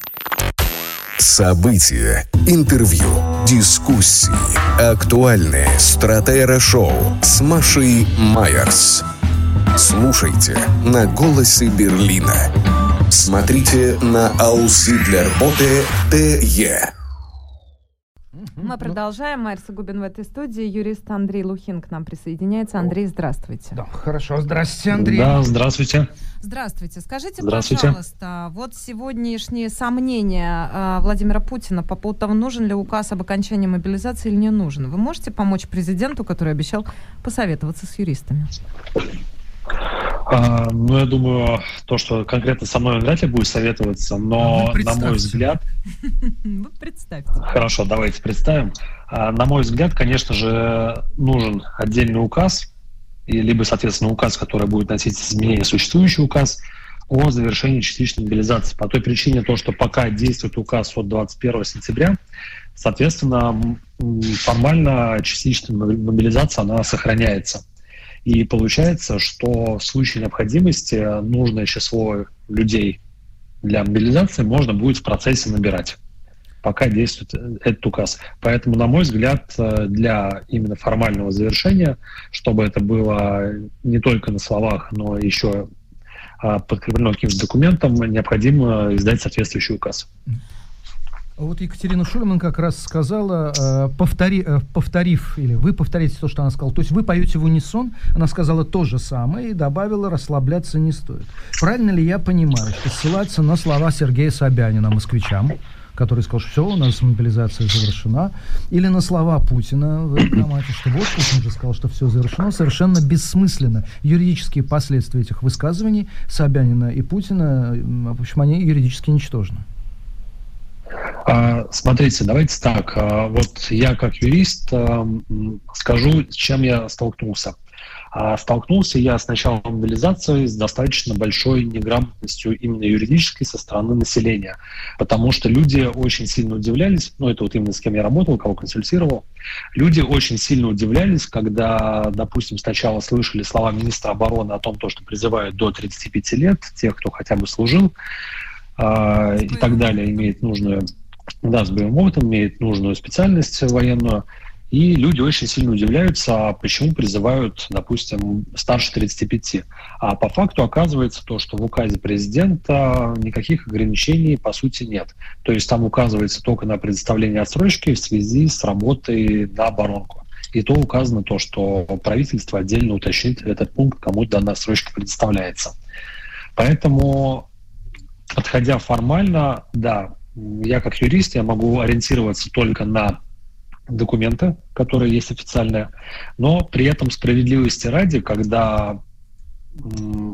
События, интервью, дискуссии, актуальные стратера-шоу с Машей Майерс. Слушайте на «Голосе Берлина». Смотрите на Аузи для работы ТЕ. Мы продолжаем. Майерс и Губин в этой студии. Юрист Андрей Лухин к нам присоединяется. Андрей, здравствуйте. Да, хорошо. Здравствуйте, Андрей. Да, здравствуйте. Здравствуйте. Скажите, здравствуйте. пожалуйста, вот сегодняшние сомнения э, Владимира Путина по поводу того, нужен ли указ об окончании мобилизации или не нужен. Вы можете помочь президенту, который обещал посоветоваться с юристами? А, ну, я думаю, то, что конкретно со мной вряд ли будет советоваться, но, на мой взгляд... Вы представьте. Хорошо, давайте представим. А, на мой взгляд, конечно же, нужен отдельный указ, и либо, соответственно, указ, который будет носить изменение существующий указ о завершении частичной мобилизации. По той причине, то, что пока действует указ от двадцать первого сентября, соответственно, формально частичная мобилизация, она сохраняется. И получается, что в случае необходимости нужное число людей для мобилизации можно будет в процессе набирать, пока действует этот указ. Поэтому, на мой взгляд, для именно формального завершения, чтобы это было не только на словах, но еще подкреплено каким-то документом, необходимо издать соответствующий указ. Вот Екатерина Шульман как раз сказала, повтори, повторив, или вы повторите то, что она сказала, то есть вы поете в унисон, она сказала то же самое и добавила, расслабляться не стоит. Правильно ли я понимаю, что ссылаться на слова Сергея Собянина москвичам, который сказал, что все, у нас мобилизация завершена, или на слова Путина в военкомате, что вот Путин же сказал, что все завершено, совершенно бессмысленно. Юридические последствия этих высказываний Собянина и Путина, в общем, они юридически ничтожны. Смотрите, давайте так. Вот я как юрист скажу, с чем я столкнулся. Столкнулся я с началом мобилизации с достаточно большой неграмотностью именно юридической со стороны населения, потому что люди очень сильно удивлялись, ну это вот именно с кем я работал, кого консультировал, люди очень сильно удивлялись, когда, допустим, сначала слышали слова министра обороны о том, что призывают до тридцати пяти лет тех, кто хотя бы служил, э, и так далее, имеет нужную, да, с боевым опытом, имеет нужную специальность военную. И люди очень сильно удивляются, почему призывают, допустим, старше тридцати пяти. А по факту оказывается то, что в указе президента никаких ограничений по сути нет. То есть там указывается только на предоставление отсрочки в связи с работой на оборонку. И то указано то, что правительство отдельно уточнит этот пункт, кому данная отсрочка предоставляется. Поэтому, подходя формально, да, я как юрист, я могу ориентироваться только на документы, которые есть официальные, но при этом справедливости ради, когда м,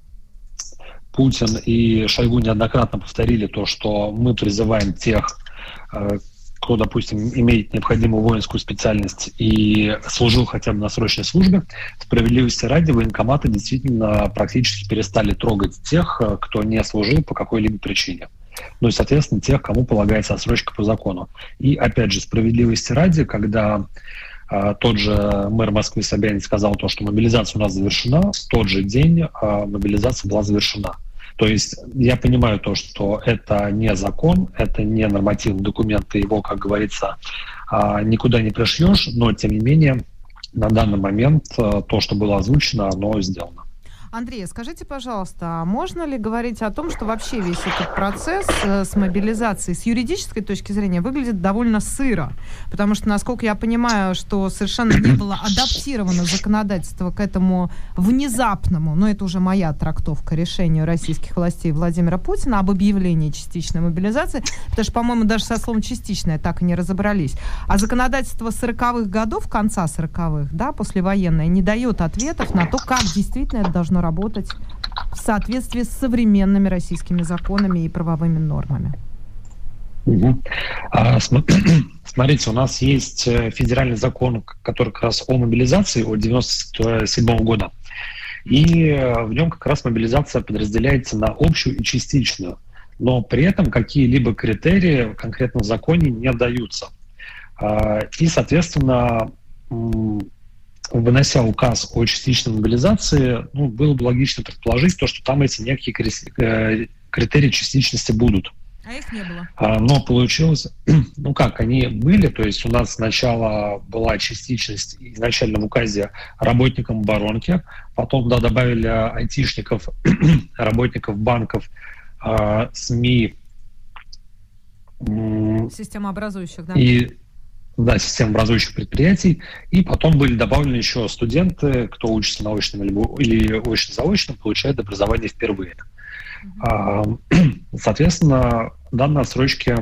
Путин и Шойгу неоднократно повторили то, что мы призываем тех, э, кто, допустим, имеет необходимую воинскую специальность и служил хотя бы на срочной службе, справедливости ради военкоматы действительно практически перестали трогать тех, кто не служил по какой-либо причине. Ну и, соответственно, тех, кому полагается отсрочка по закону. И, опять же, справедливости ради, когда э, тот же мэр Москвы Собянин сказал то, что мобилизация у нас завершена, в тот же день э, мобилизация была завершена. То есть я понимаю то, что это не закон, это не нормативный документ, и его, как говорится, э, никуда не пришьешь, но, тем не менее, на данный момент э, то, что было озвучено, оно сделано. Андрей, скажите, пожалуйста, можно ли говорить о том, что вообще весь этот процесс с мобилизацией с юридической точки зрения выглядит довольно сыро? Потому что, насколько я понимаю, что совершенно не было адаптировано законодательство к этому внезапному, но это уже моя трактовка, решению российских властей Владимира Путина об объявлении частичной мобилизации, потому что, по-моему, даже со словом «частичная» так и не разобрались. А законодательство сороковых годов, конца сороковых, да, послевоенное, не дает ответов на то, как действительно это должно работать в соответствии с современными российскими законами и правовыми нормами. Угу. А, смотрите, у нас есть федеральный закон, который как раз о мобилизации от девяносто седьмого года. И в нем как раз мобилизация подразделяется на общую и частичную. Но при этом какие-либо критерии конкретно в законе не даются. И, соответственно, вынося указ о частичной мобилизации, ну, было бы логично предположить то, что там эти некие критерии частичности будут. А их не было. Но получилось, ну как, они были, то есть у нас сначала была частичность изначально в указе работникам оборонки, потом туда добавили айтишников, работников банков, СМИ. Системообразующих, да? И да, системообразующих предприятий, и потом были добавлены еще студенты, кто учится на очном или очно-заочном, получает образование впервые. Mm-hmm. Соответственно, данные отсрочки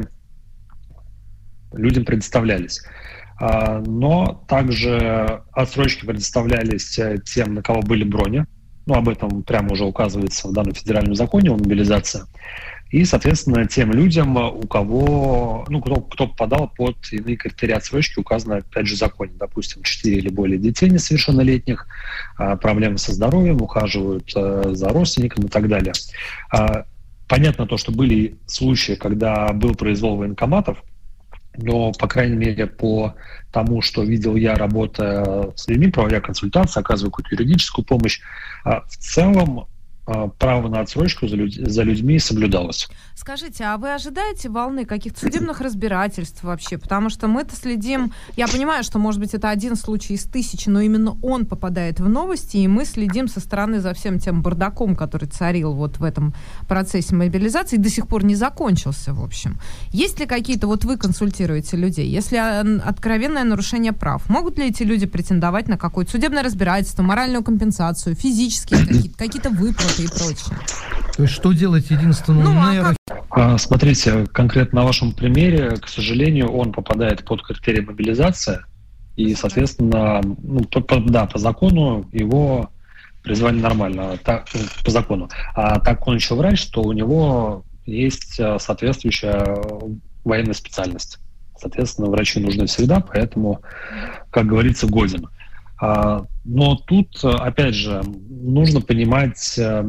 людям предоставлялись. Но также отсрочки предоставлялись тем, на кого были брони. Ну, об этом прямо уже указывается в данном федеральном законе о мобилизации. И, соответственно, тем людям, у кого, ну, кто, кто попадал под иные критерии отсрочки, указано, опять же, в законе. Допустим, четыре или более детей несовершеннолетних, проблемы со здоровьем, ухаживают за родственниками и так далее. Понятно то, что были случаи, когда был произвол военкоматов, но, по крайней мере, по тому, что видел я, работая с людьми, проводя консультации, оказывая какую-то юридическую помощь, в целом право на отсрочку за, людь- за людьми соблюдалось. Скажите, а вы ожидаете волны каких-то судебных разбирательств вообще? Потому что мы-то следим, я понимаю, что, может быть, это один случай из тысячи, но именно он попадает в новости, и мы следим со стороны за всем тем бардаком, который царил вот в этом процессе мобилизации, и до сих пор не закончился, в общем. Есть ли какие-то, вот вы консультируете людей, если откровенное нарушение прав, могут ли эти люди претендовать на какое-то судебное разбирательство, моральную компенсацию, физические какие-то, какие-то выплаты и прочее? То есть что делать единственному Ну, а мэру? А, Смотрите, конкретно на вашем примере, к сожалению, он попадает под критерий мобилизации, и, соответственно, ну, по, по- да, по закону его призвали нормально, так, по закону. А так как он еще врач, что у него есть а, соответствующая военная специальность. Соответственно, врачи нужны всегда, поэтому, как говорится, годен. А, Но тут, опять же, нужно понимать, а,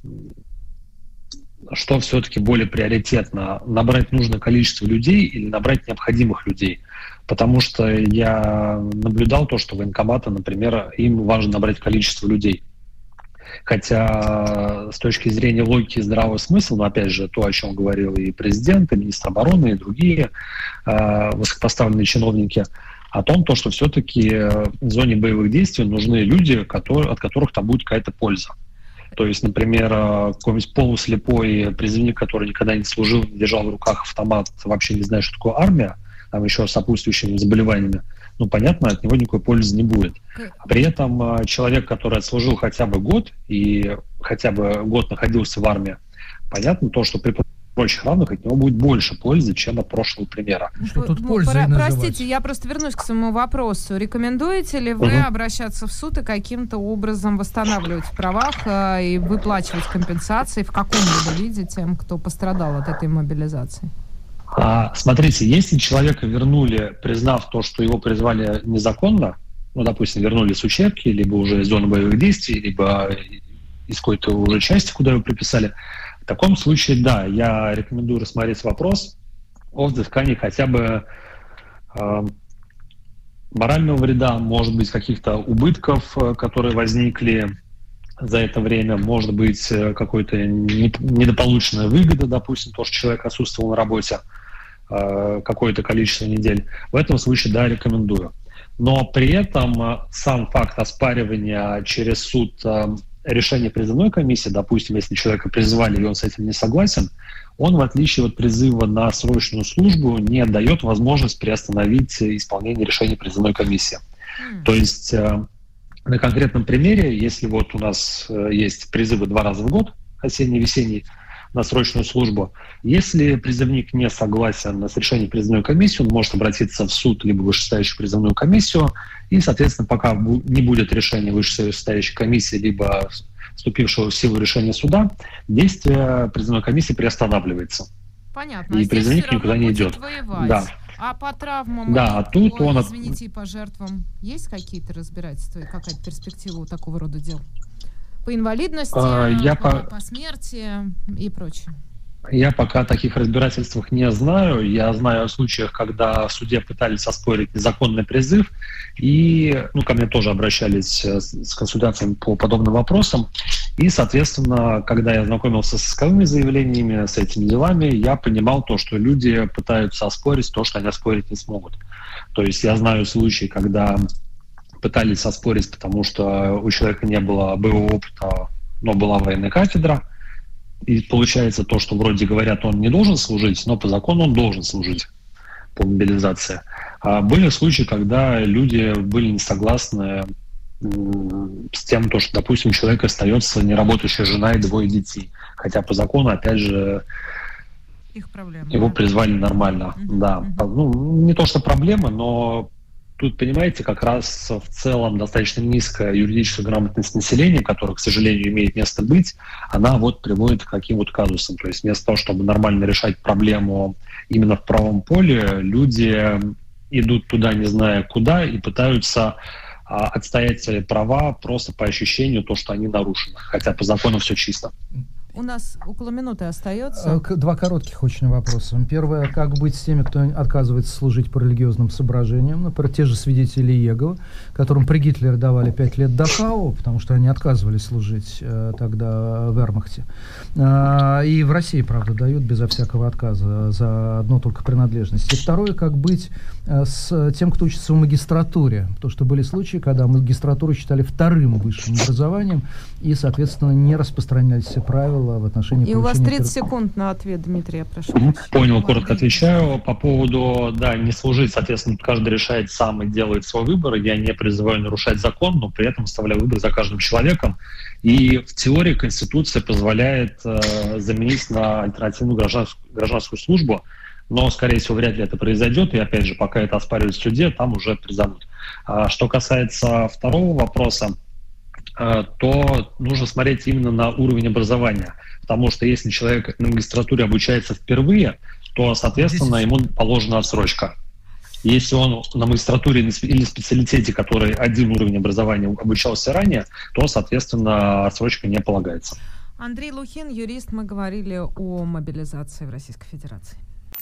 что все-таки более приоритетно: набрать нужное количество людей или набрать необходимых людей. Потому что я наблюдал то, что военкоматы, например, им важно набрать количество людей. Хотя с точки зрения логики и здравого смысла, но опять же то, о чем говорил и президент, и министр обороны, и другие э, высокопоставленные чиновники, о том, то, что все-таки в зоне боевых действий нужны люди, которые, от которых там будет какая-то польза. То есть, например, какой-нибудь полуслепой призывник, который никогда не служил, не держал в руках автомат, вообще не знает, что такое армия, там еще с сопутствующими заболеваниями, ну, понятно, от него никакой пользы не будет. А при этом человек, который отслужил хотя бы год и хотя бы год находился в армии, понятно то, что при прочих равных от него будет больше пользы, чем от прошлого примера. Что тут Ну, пользой про- называть? Простите, я просто вернусь к своему вопросу. Рекомендуете ли вы Мгм. обращаться в суд и каким-то образом восстанавливать в правах э, и выплачивать компенсации в каком-либо виде тем, кто пострадал от этой мобилизации? А, смотрите, если человека вернули, признав то, что его призвали незаконно, ну, допустим, вернули с учебки, либо уже из зоны боевых действий, либо из какой-то уже части, куда его приписали, в таком случае, да, я рекомендую рассмотреть вопрос о взыскании хотя бы э, морального вреда, может быть, каких-то убытков, э, которые возникли за это время, может быть, э, какой-то не- недополученная выгода, допустим, то, что человек отсутствовал на работе э, какое-то количество недель. В этом случае, да, рекомендую. Но при этом э, сам факт оспаривания через суд э, решения призывной комиссии, допустим, если человека призвали и он с этим не согласен, он, в отличие от призыва на срочную службу, не дает возможность приостановить исполнение решения призывной комиссии. М. То есть э, на конкретном примере, если вот у нас э, есть призывы два раза в год, осенний-весенний, на срочную службу, если призывник не согласен с решением призывной комиссии, он может обратиться в суд либо вышестоящую призывную комиссию, и, соответственно, пока бу- не будет решения вышестоящей комиссии либо вступившего в силу решения суда, действие призывной комиссии приостанавливается. Понятно. И А здесь призывник всё равно никуда не будет идет. воевать. Да. А по травмам, Да, а и тут по, он от- извините, и по жертвам есть какие-то разбирательства и какая-то перспектива у такого рода дел? По инвалидности, А, я по, по- по смерти и прочее. Я пока о таких разбирательствах не знаю. Я знаю о случаях, когда в суде пытались оспорить незаконный призыв, и ну, ко мне тоже обращались с с консультациями по подобным вопросам. И, соответственно, когда я знакомился с исковыми заявлениями, с этими делами, я понимал то, что люди пытаются оспорить то, что они оспорить не смогут. То есть я знаю случаи, когда пытались оспорить, потому что у человека не было боевого опыта, но была военная кафедра. И получается то, что вроде говорят, он не должен служить, но по закону он должен служить по мобилизации. А были случаи, когда люди были не согласны м, с тем, то, что, допустим, у человека остается неработающая жена и двое детей. Хотя по закону, опять же, Их проблемы. его да. призвали нормально. Мгм, Да. мгм. Ну, не то, что проблема, но тут, понимаете, как раз в целом достаточно низкая юридическая грамотность населения, которая, к сожалению, имеет место быть, она вот приводит к таким вот казусам. То есть вместо того, чтобы нормально решать проблему именно в правом поле, люди идут туда, не зная куда, и пытаются а, отстоять свои права просто по ощущению, то, что они нарушены. Хотя по закону все чисто. У нас около минуты остается. Два коротких очень вопроса. Первое, как быть с теми, кто отказывается служить по религиозным соображениям? Например, те же свидетели Иеговы, которым при Гитлере давали пять лет Дахау, потому что они отказывались служить э, тогда в вермахте. Э, и в России, правда, дают безо всякого отказа за одну только принадлежность. И второе, как быть э, с тем, кто учится в магистратуре. Потому что были случаи, когда магистратуру считали вторым высшим образованием, и, соответственно, не распространялись все правила в отношении... И у вас тридцать секунд на ответ, Дмитрий, я прошу. Понял, коротко отвечаю. По поводу, да, не служить, соответственно, каждый решает сам и делает свой выбор. Я не призываю нарушать закон, но при этом оставляю выбор за каждым человеком. И в теории Конституция позволяет э, заменить на альтернативную гражданскую, гражданскую службу, но, скорее всего, вряд ли это произойдет. И, опять же, пока это оспаривают в суде, там уже призовут. А что касается второго вопроса, то нужно смотреть именно на уровень образования. Потому что если человек на магистратуре обучается впервые, то, соответственно, ему положена отсрочка. Если он на магистратуре или специалитете, который один уровень образования обучался ранее, то, соответственно, отсрочка не полагается. Андрей Лухин, юрист, мы говорили о мобилизации в Российской Федерации.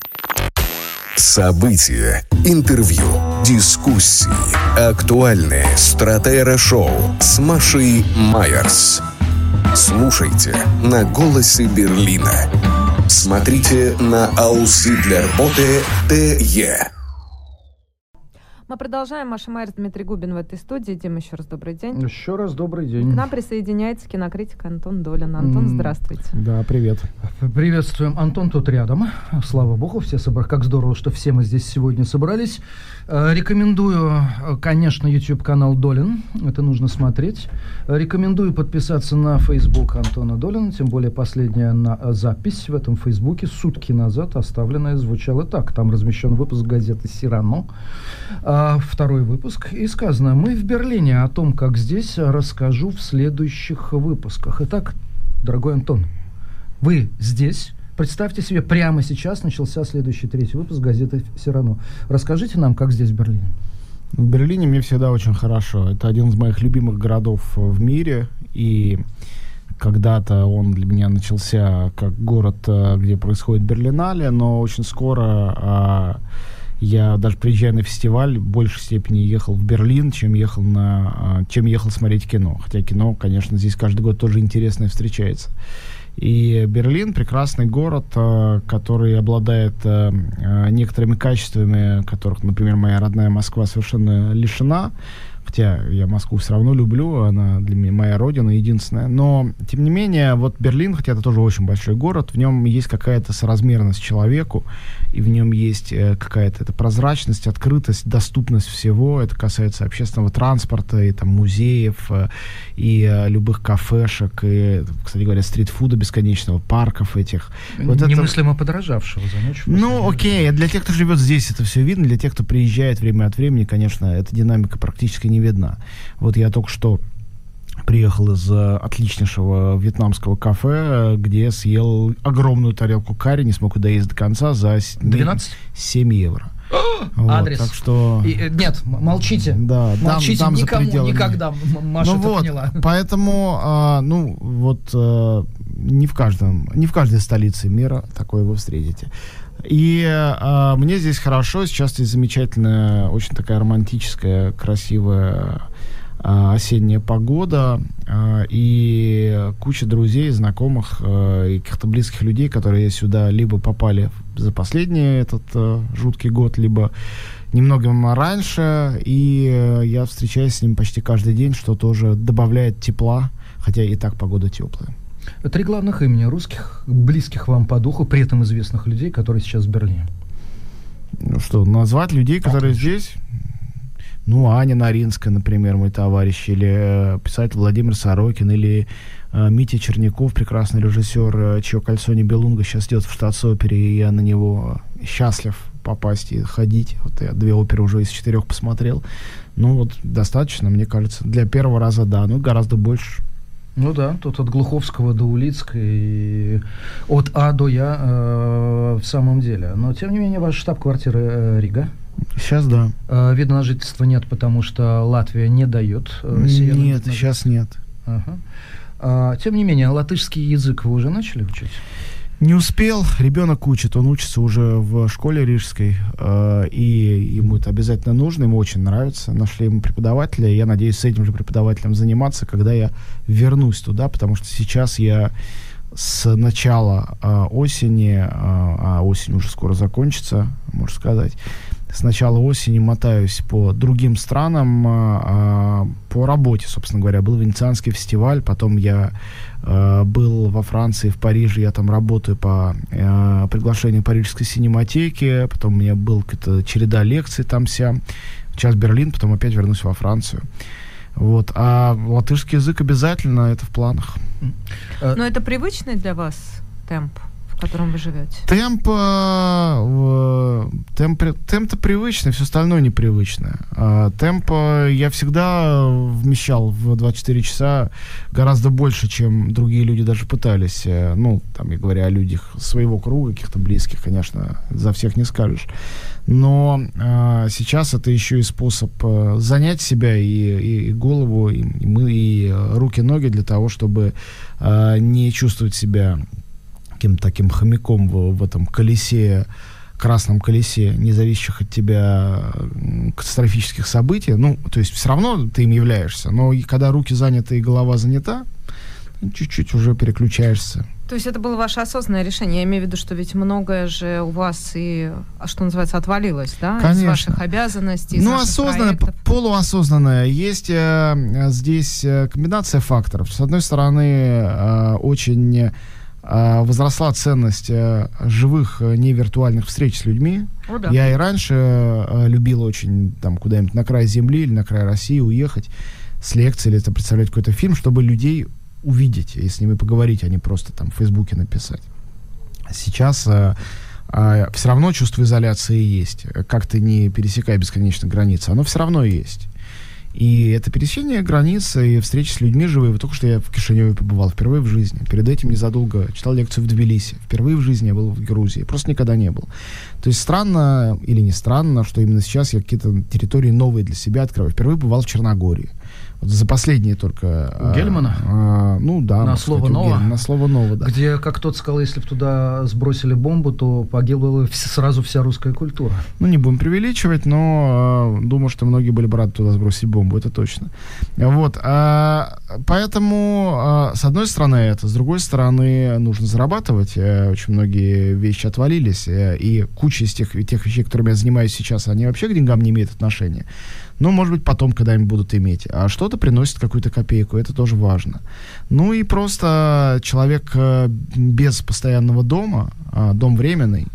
События, интервью, дискуссии, актуальные стратера-шоу с Машей Майерс. Слушайте на «Голосе Берлина». Смотрите на Ауслидлерботе ТЕ. Мы продолжаем. Маша Майерс, Дмитрий Губин в этой студии. Дим, еще раз добрый день. Еще раз добрый день. К нам присоединяется кинокритик Антон Долин. Антон, здравствуйте. Да, привет. Приветствуем. Антон тут рядом. Слава богу, все собрались. Как здорово, что все мы здесь сегодня собрались. Рекомендую, конечно, YouTube-канал Долин. Это нужно смотреть. Рекомендую подписаться на Facebook Антона Долина. Тем более последняя на запись в этом Фейсбуке сутки назад оставленная звучала так. Там размещен выпуск газеты «Сирано». Второй выпуск. И сказано: мы в Берлине. О том, как здесь, расскажу в следующих выпусках. Итак, дорогой Антон, вы здесь. Представьте себе, прямо сейчас начался следующий третий выпуск газеты «Сирано». Расскажите нам, как здесь в Берлине. В Берлине мне всегда очень хорошо. Это один из моих любимых городов в мире. И когда-то он для меня начался как город, где происходит Берлинале, но очень скоро... Я даже приезжая на фестиваль, в большей степени ехал в Берлин, чем ехал, на, чем ехал смотреть кино. Хотя кино, конечно, здесь каждый год тоже интересное встречается. И Берлин — прекрасный город, который обладает некоторыми качествами, которых, например, моя родная Москва совершенно лишена. Хотя я Москву все равно люблю, она для меня моя родина единственная. Но, тем не менее, вот Берлин, хотя это тоже очень большой город, в нем есть какая-то соразмерность человеку, и в нем есть э, какая-то это прозрачность, открытость, доступность всего. Это касается общественного транспорта, и там музеев, э, и э, любых кафешек, и, кстати говоря, стритфуда бесконечного, парков этих. Вот немыслимо это... подорожавшего. Ну, окей, для тех, кто живет здесь, это все видно. Для тех, кто приезжает время от времени, конечно, эта динамика практически не видна. Вот я только что приехал из отличнейшего вьетнамского кафе, где съел огромную тарелку карри, не смог доесть до конца за двенадцать семь евро. Вот, адрес. Так что... И, нет, молчите. Да, молчите, там, там никому, никогда Маша ну это вот, поняла. Поэтому, а, ну, вот а, не в каждом, не в каждой столице мира такое вы встретите. И а, мне здесь хорошо, сейчас здесь замечательная, очень такая романтическая, красивая а, осенняя погода, а, и куча друзей, знакомых а, и каких-то близких людей, которые сюда либо попали за последний этот а, жуткий год, либо немного раньше, и а, я встречаюсь с ним почти каждый день, что тоже добавляет тепла, хотя и так погода теплая. Три главных имени русских, близких вам по духу, при этом известных людей, которые сейчас в Берлине. Ну что, назвать людей, которые здесь? Ну, Аня Наринская, например, мой товарищ, или э, писатель Владимир Сорокин, или э, Митя Черняков, прекрасный режиссер, э, чье «Кольцо Нибелунга» сейчас идет в Штатс-опере, и я на него счастлив попасть и ходить. Вот я две оперы уже из четырех посмотрел. Ну вот, достаточно, мне кажется. Для первого раза, да, ну гораздо больше. Ну да, тут от Глуховского до Улицкой, от А до Я э, в самом деле. Но, тем не менее, ваша штаб-квартира э, Рига. Сейчас да. Э, вида на жительство нет, потому что Латвия не дает. Э, нет, сейчас нет. Ага. А, тем не менее, латышский язык вы уже начали учить? Не успел, ребенок учит, он учится уже в школе рижской, э, и ему это обязательно нужно, ему очень нравится. Нашли ему преподавателя, и я надеюсь с этим же преподавателем заниматься, когда я вернусь туда, потому что сейчас я с начала э, осени, э, а осень уже скоро закончится, можно сказать, с начала осени мотаюсь по другим странам э, по работе, собственно говоря. Был Венецианский фестиваль, потом я э, был во Франции, в Париже, я там работаю по э, приглашению Парижской синематеки, потом у меня был какая-то череда лекций там-сям, сейчас Берлин, потом опять вернусь во Францию. Вот. А латышский язык обязательно, это в планах. Но это привычный для вас темп, в котором вы живете? Темп, э, темп, темп-то привычный, все остальное непривычное. А, темп я всегда вмещал в двадцать четыре часа гораздо больше, чем другие люди даже пытались. Ну, там, я говорю о людях своего круга, каких-то близких, конечно, за всех не скажешь. Но э, сейчас это еще и способ э, занять себя и, и, и голову, и, и, мы, и руки, ноги для того, чтобы э, не чувствовать себя каким-то таким хомяком в, в этом колесе, красном колесе, не зависящих от тебя катастрофических событий. Ну, то есть все равно ты им являешься, но и когда руки заняты и голова занята, чуть-чуть уже переключаешься. То есть это было ваше осознанное решение? Я имею в виду, что ведь многое же у вас и, что называется, отвалилось, да? Конечно. Из ваших обязанностей, из ну, ваших осознанное, проектов. полуосознанное. Есть э, здесь комбинация факторов. С одной стороны, э, очень э, возросла ценность э, живых, э, невиртуальных встреч с людьми. О, да. Я и раньше э, любил очень там, куда-нибудь на край земли или на край России уехать с лекцией или это представлять какой-то фильм, чтобы людей увидеть и с ними поговорить, а не просто там в Фейсбуке написать. Сейчас э, э, все равно чувство изоляции есть. Как ты не пересекай бесконечно границы, оно все равно есть. И это пересечение границ и встречи с людьми живые. Только что я в Кишиневе побывал впервые в жизни. Перед этим незадолго читал лекцию в Тбилиси. Впервые в жизни я был в Грузии. Просто никогда не был. То есть странно или не странно, что именно сейчас я какие-то территории новые для себя открываю. Впервые бывал в Черногории. Вот за последние только... У Гельмана? А, а, ну да. На слово «ново»? На слово «ново», да. Где, как тот сказал, если бы туда сбросили бомбу, то погибла бы сразу вся русская культура. Ну, не будем преувеличивать, но э, думаю, что многие были бы рады туда сбросить бомбу, это точно. Вот. А, поэтому, э, с одной стороны это, с другой стороны нужно зарабатывать. Э, очень многие вещи отвалились, э, и куча из тех, тех вещей, которыми я занимаюсь сейчас, они вообще к деньгам не имеют отношения. Ну, может быть, потом когда-нибудь будут иметь. А что-то приносит какую-то копейку, это тоже важно. Ну и просто человек без постоянного дома, дом временный,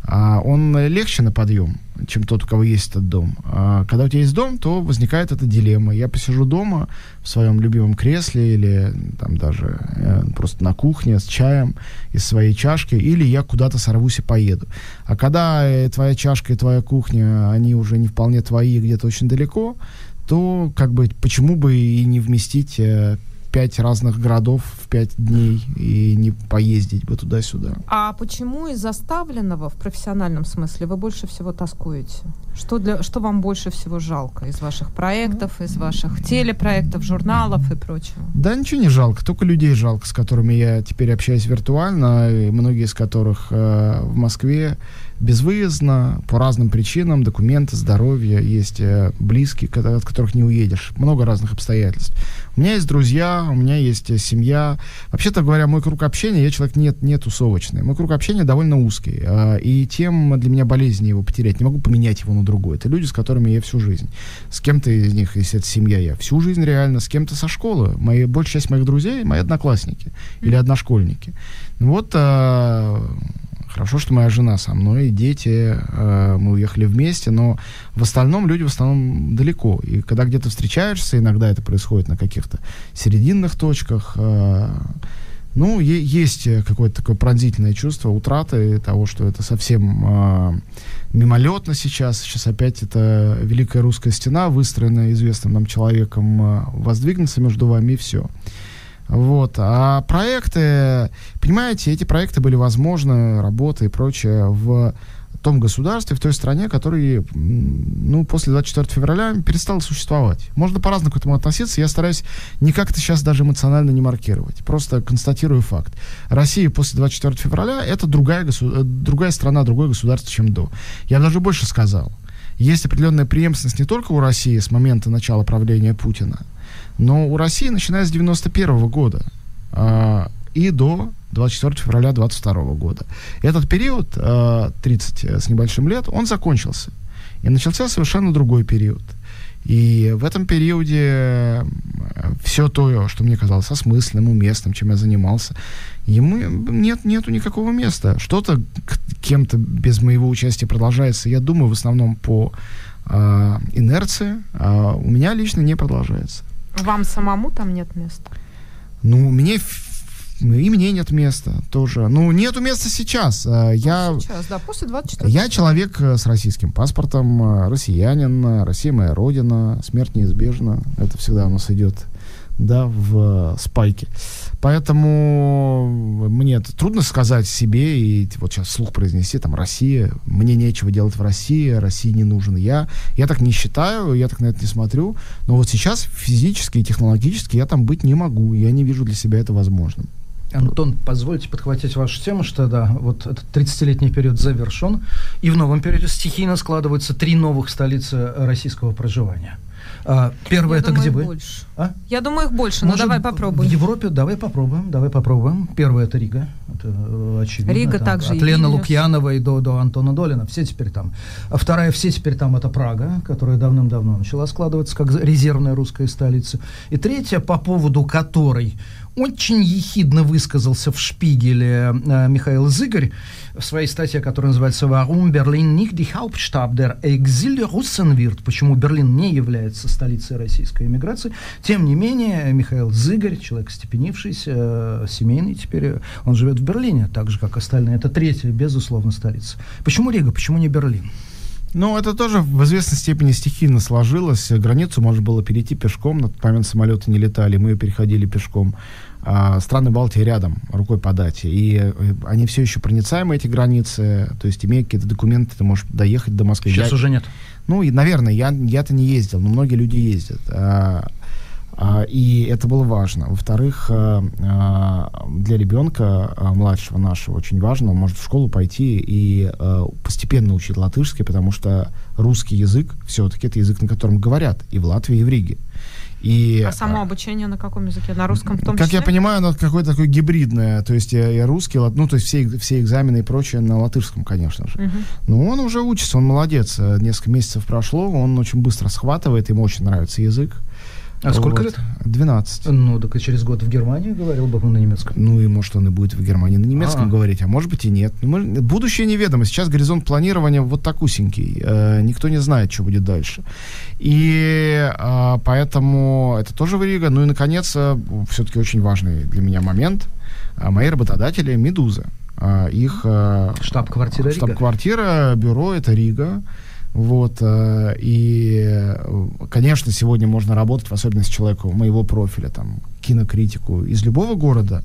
он легче на подъем, чем тот, у кого есть этот дом. Когда у тебя есть дом, то возникает эта дилемма. Я посижу дома в своем любимом кресле или там даже э, просто на кухне с чаем из своей чашки, или я куда-то сорвусь и поеду. А когда э, твоя чашка и твоя кухня, они уже не вполне твои, где-то очень далеко, то как бы почему бы и не вместить э, пять разных городов в пять дней и не поездить бы туда-сюда. А почему из заставленного в профессиональном смысле вы больше всего тоскуете? Что, для, что вам больше всего жалко из ваших проектов, из ваших телепроектов, журналов и прочего? Да ничего не жалко, только людей жалко, с которыми я теперь общаюсь виртуально, и многие из которых э, в Москве безвыездно, по разным причинам, документы, здоровье, есть э, близкие, от которых не уедешь. Много разных обстоятельств. У меня есть друзья, у меня есть семья. Вообще-то говоря, мой круг общения, я человек не, не тусовочный. Мой круг общения довольно узкий. Э, и тем для меня болезненно его потерять. Не могу поменять его на другой. Это люди, с которыми я всю жизнь. С кем-то из них, если это семья, я всю жизнь реально, с кем-то со школы. Мои, большая часть моих друзей — мои одноклассники mm-hmm. или одношкольники. Ну вот... Э, Хорошо, что моя жена со мной, и дети, э, мы уехали вместе, но в остальном люди в основном далеко. И когда где-то встречаешься, иногда это происходит на каких-то серединных точках, э, ну, е- есть какое-то такое пронзительное чувство утраты того, что это совсем э, мимолетно сейчас. Сейчас опять эта Великая Русская Стена, выстроенная известным нам человеком, э, воздвигнется между вами, и все. Вот. А проекты, понимаете, эти проекты были возможны, работа и прочее, в том государстве, в той стране, который, ну, после двадцать четвёртого февраля перестал существовать. Можно по-разному к этому относиться. Я стараюсь никак это сейчас даже эмоционально не маркировать. Просто констатирую факт. Россия после двадцать четвёртого февраля — это другая, госу... другая страна, другое государство, чем до. Я даже больше сказал. Есть определенная преемственность не только у России с момента начала правления Путина, но у России, начиная с девяносто первого года а, и до двадцать четвёртого февраля двадцать второго года. Этот период, а, тридцать с небольшим лет, он закончился. И начался совершенно другой период. И в этом периоде все то, что мне казалось осмысленным, уместным, чем я занимался, ему нет, нету никакого места. Что-то кем-то без моего участия продолжается, я думаю, в основном по э, инерции, а у меня лично не продолжается. Вам самому там нет места? Ну, мне... И мне нет места тоже. Ну, нету места сейчас. Я, сейчас, да, после двадцать четвёртого. Я человек с российским паспортом, россиянин, Россия моя родина, смерть неизбежна. Это всегда у нас идет, да, в спайке. Поэтому мне это трудно сказать себе и вот сейчас вслух произнести, там, Россия, мне нечего делать в России, России не нужен я. Я так не считаю, я так на это не смотрю. Но вот сейчас физически и технологически я там быть не могу. Я не вижу для себя это возможным. Антон, позвольте подхватить вашу тему, что да, вот этот тридцатилетний период завершен, и в новом периоде стихийно складываются три новых столицы российского проживания. А, первое, Я это думаю, где вы? Больше. А? Я думаю, их больше, Может, но давай попробуем. В Европе давай попробуем, давай попробуем. Первое — это Рига, это э, очевидно. Рига там, также. От Лены Лукьяновой до, до Антона Долина, все теперь там. А вторая, все теперь там, это Прага, которая давным-давно начала складываться как резервная русская столица. И третья, по поводу которой очень ехидно высказался в «Шпигеле» э, Михаил Зыгорь в своей статье, которая называется «Warum Berlin nicht die Hauptstadt der Exil-Russen wird?» Почему Берлин не является столицей российской эмиграции. Тем не менее, Михаил Зыгорь, человек степенившийся, э, семейный теперь, он живет в Берлине, так же, как остальные. Это третья, безусловно, столица. Почему Рига, почему не Берлин? Ну, это тоже в известной степени стихийно сложилось. Границу можно было перейти пешком. На тот момент самолеты не летали, мы переходили пешком. А страны Балтии рядом, рукой подать. И они все еще проницаемы, эти границы. То есть, имея какие-то документы, ты можешь доехать до Москвы. Сейчас я, уже нет. Ну, и, наверное, я, я-то не ездил, но многие люди ездят. А, а, и это было важно. Во-вторых, а, а, для ребенка а, младшего нашего очень важно, он может в школу пойти и а, постепенно учить латышский, потому что русский язык все-таки это язык, на котором говорят и в Латвии, и в Риге. И, а само обучение на каком языке? На русском в том как числе? я понимаю, оно какое-то такое гибридное. То есть я, я русский, ну, то есть все, все экзамены и прочее на латышском, конечно же. Uh-huh. Но он уже учится, он молодец. Несколько месяцев прошло, он очень быстро схватывает, ему очень нравится язык. А сколько вот. лет? двенадцать. Ну, так и через год в Германии говорил бы он на немецком. Ну, и может, он и будет в Германии на немецком А-а. говорить, а может быть и нет. Мы, будущее неведомо. Сейчас горизонт планирования вот такусенький. Э, никто не знает, что будет дальше. И э, поэтому это тоже в Рига. Ну и, наконец, э, все-таки очень важный для меня момент. Э, мои работодатели «Медуза». Э, их... Э, штаб-квартира Рига. Штаб-квартира, бюро — это Рига. Вот, э, и, конечно, сегодня можно работать, в особенности человеку моего профиля, там, кинокритику из любого города,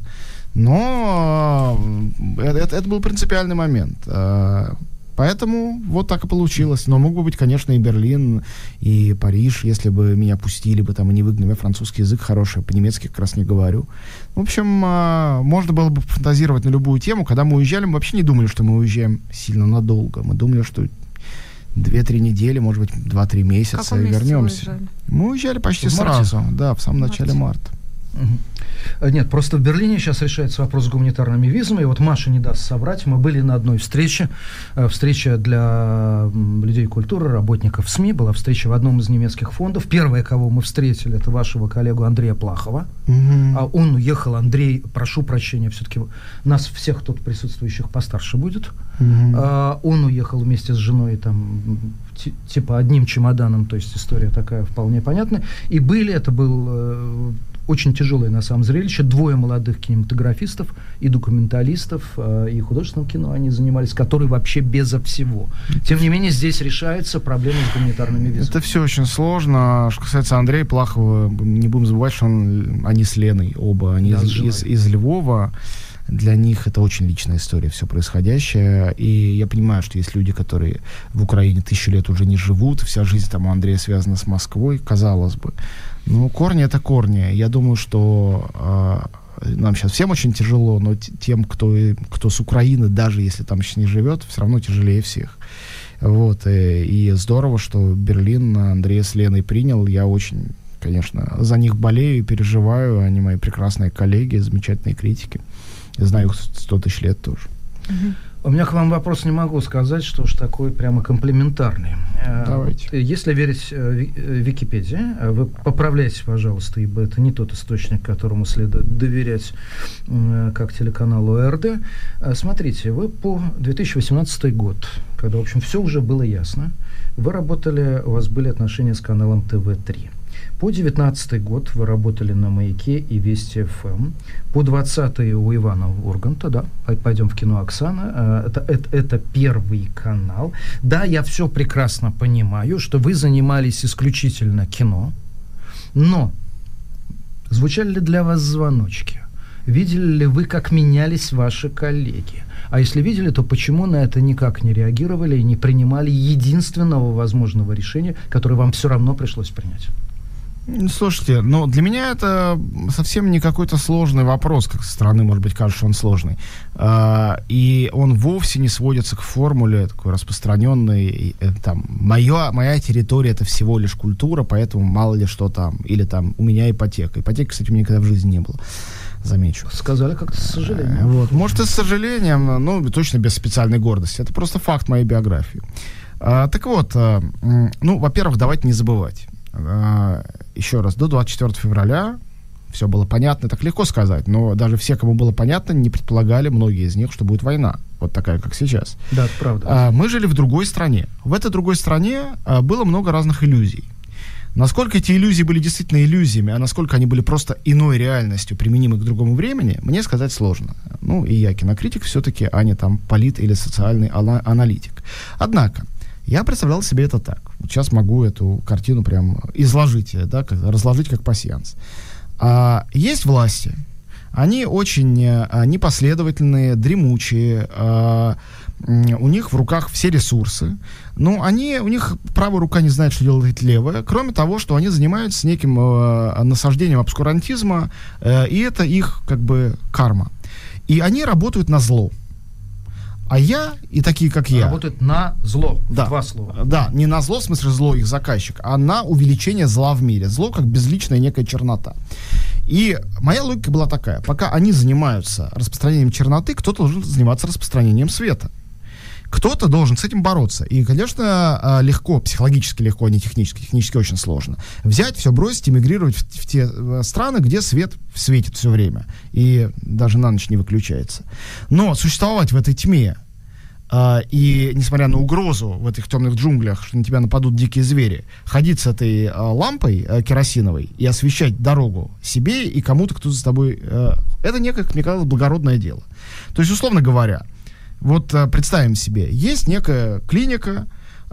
но это, это, это был принципиальный момент. Э, поэтому вот так и получилось. Но мог бы быть, конечно, и Берлин, и Париж, если бы меня пустили бы там и не выгнали. Я французский язык хороший, по-немецки как раз не говорю. В общем, э, можно было бы фантазировать на любую тему. Когда мы уезжали, мы вообще не думали, что мы уезжаем сильно надолго. Мы думали, что две-три недели, может быть, два-три месяца, и вернемся. Уезжали? Мы уезжали почти в сразу, марте? Да, в самом в начале марта. Угу. Нет, просто в Берлине сейчас решается вопрос с гуманитарными визами. И вот Маша не даст соврать. Мы были на одной встрече. Встреча для людей культуры, работников СМИ. Была встреча в одном из немецких фондов. Первое, кого мы встретили, это вашего коллегу Андрея Плахова. Угу. А он уехал. Андрей, прошу прощения, все-таки нас всех тут присутствующих постарше будет. Угу. А, он уехал вместе с женой там т- типа одним чемоданом. То есть история такая вполне понятная. И были, это был... Э, очень тяжелое, на самом деле, зрелище. Двое молодых кинематографистов и документалистов, э, и художественным кино они занимались, которые вообще безо всего. Тем не менее, здесь решается проблема с гуманитарными визами. Это все очень сложно. Что касается Андрея Плахова, не будем забывать, что он, они с Леной оба, они да, из, из, из Львова. для них это очень личная история, все происходящее. И я понимаю, что есть люди, которые в Украине тысячу лет уже не живут, вся жизнь там у Андрея связана с Москвой, казалось бы. Но корни — это корни. Я думаю, что э, нам сейчас всем очень тяжело, но т- тем, кто, кто с Украины, даже если там еще не живет, все равно тяжелее всех. Вот. И, и здорово, что Берлин Андрея с Леной принял. Я очень, конечно, за них болею и переживаю. Они мои прекрасные коллеги, замечательные критики. Я знаю их сто тысяч лет тоже. Угу. У меня к вам вопрос, не могу сказать, что уж такой прямо комплиментарный. Давайте. Если верить Википедии, вы поправляйте, пожалуйста, ибо это не тот источник, которому следует доверять, как телеканалу АРД. Смотрите, вы по две тысячи восемнадцатый год, когда, в общем, все уже было ясно, вы работали, у вас были отношения с каналом тэ вэ три. По девятнадцатый год вы работали на «Маяке» и «Вести эф эм». По двадцатый у Ивана Урганта, да, пойдем в кино Оксана. Это, это, это Первый канал. Да, я все прекрасно понимаю, что вы занимались исключительно кино, но звучали ли для вас звоночки? Видели ли вы, как менялись ваши коллеги? А если видели, то почему на это никак не реагировали и не принимали единственного возможного решения, которое вам все равно пришлось принять? Слушайте, ну, для меня это совсем не какой-то сложный вопрос, как со стороны, может быть, кажется, что он сложный. А, и он вовсе не сводится к формуле такой распространенной, там, моя, моя территория — это всего лишь культура, поэтому мало ли что там, или там, у меня ипотека. Ипотеки, кстати, у меня никогда в жизни не было, замечу. Сказали как-то с сожалением. А, вот. Может, и с сожалением, но точно без специальной гордости. Это просто факт моей биографии. А, так вот, а, ну, во-первых, давайте не забывать. Еще раз, до двадцать четвёртого февраля все было понятно, так легко сказать, но даже все, кому было понятно, не предполагали, многие из них, что будет война, вот такая, как сейчас. Да, это правда. А, мы жили в другой стране. В этой другой стране а, было много разных иллюзий. Насколько эти иллюзии были действительно иллюзиями, а насколько они были просто иной реальностью, применимой к другому времени, мне сказать сложно. Ну, и я кинокритик все-таки, а не там полит- или социальный ана- аналитик. Однако, я представлял себе это так. Вот сейчас могу эту картину прям изложить, да, как, разложить как пасьянс. А, есть власти. Они очень а, непоследовательные, дремучие. А, у них в руках все ресурсы. Но они, у них правая рука не знает, что делает левая. Кроме того, что они занимаются неким а, насаждением обскурантизма. А, и это их как бы карма. И они работают на зло. А я и такие, как я... Работают на зло. Да. Два слова. Да, не на зло, в смысле зло их заказчик, а на увеличение зла в мире. Зло как безличная некая чернота. И моя логика была такая. Пока они занимаются распространением черноты, кто-то должен заниматься распространением света. Кто-то должен с этим бороться. И, конечно, легко, психологически легко, а не технически. Технически очень сложно. Взять, все бросить, эмигрировать в, в те страны, где свет светит все время. И даже на ночь не выключается. Но существовать в этой тьме, а, и, несмотря на угрозу в этих темных джунглях, что на тебя нападут дикие звери, ходить с этой а, лампой а, керосиновой и освещать дорогу себе и кому-то, кто за тобой... А, это некое, мне казалось, благородное дело. То есть, условно говоря, вот а, представим себе, есть некая клиника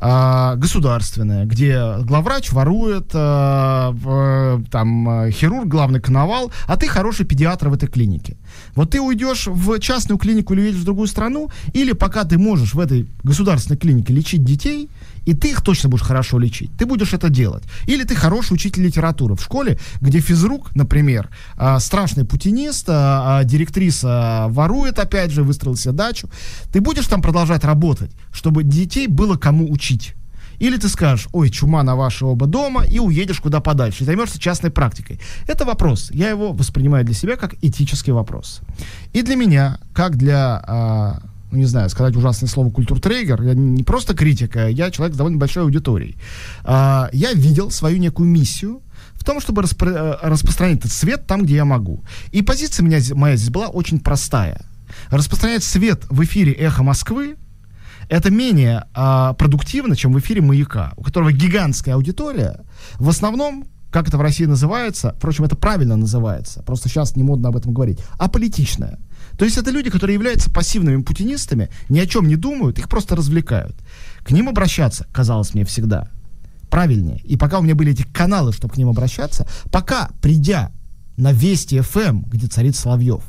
а, государственная, где главврач ворует, а, в, там а, хирург главный коновал, а ты хороший педиатр в этой клинике. Вот ты уйдешь в частную клинику или уедешь в другую страну, или пока ты можешь в этой государственной клинике лечить детей, и ты их точно будешь хорошо лечить, ты будешь это делать. Или ты хороший учитель литературы в школе, где физрук, например, страшный путинист, директриса ворует, опять же, выстроил себе дачу. Ты будешь там продолжать работать, чтобы детей было кому учить. Или ты скажешь: ой, чума на ваши оба дома, и уедешь куда подальше, и займешься частной практикой. Это вопрос. Я его воспринимаю для себя как этический вопрос. И для меня, как для... ну, не знаю, сказать ужасное слово культуртрейгер, я не просто критик, а я человек с довольно большой аудиторией. А, я видел свою некую миссию в том, чтобы распро- распространять этот свет там, где я могу. И позиция меня, моя здесь была очень простая. Распространять свет в эфире «Эхо Москвы» — это менее а, продуктивно, чем в эфире «Маяка», у которого гигантская аудитория. В основном, как это в России называется, впрочем, это правильно называется, просто сейчас не модно об этом говорить, аполитичная. То есть это люди, которые являются пассивными путинистами, ни о чем не думают, их просто развлекают. К ним обращаться, казалось мне всегда, правильнее. И пока у меня были эти каналы, чтобы к ним обращаться, пока, придя на Вести эф эм, где царит Соловьев,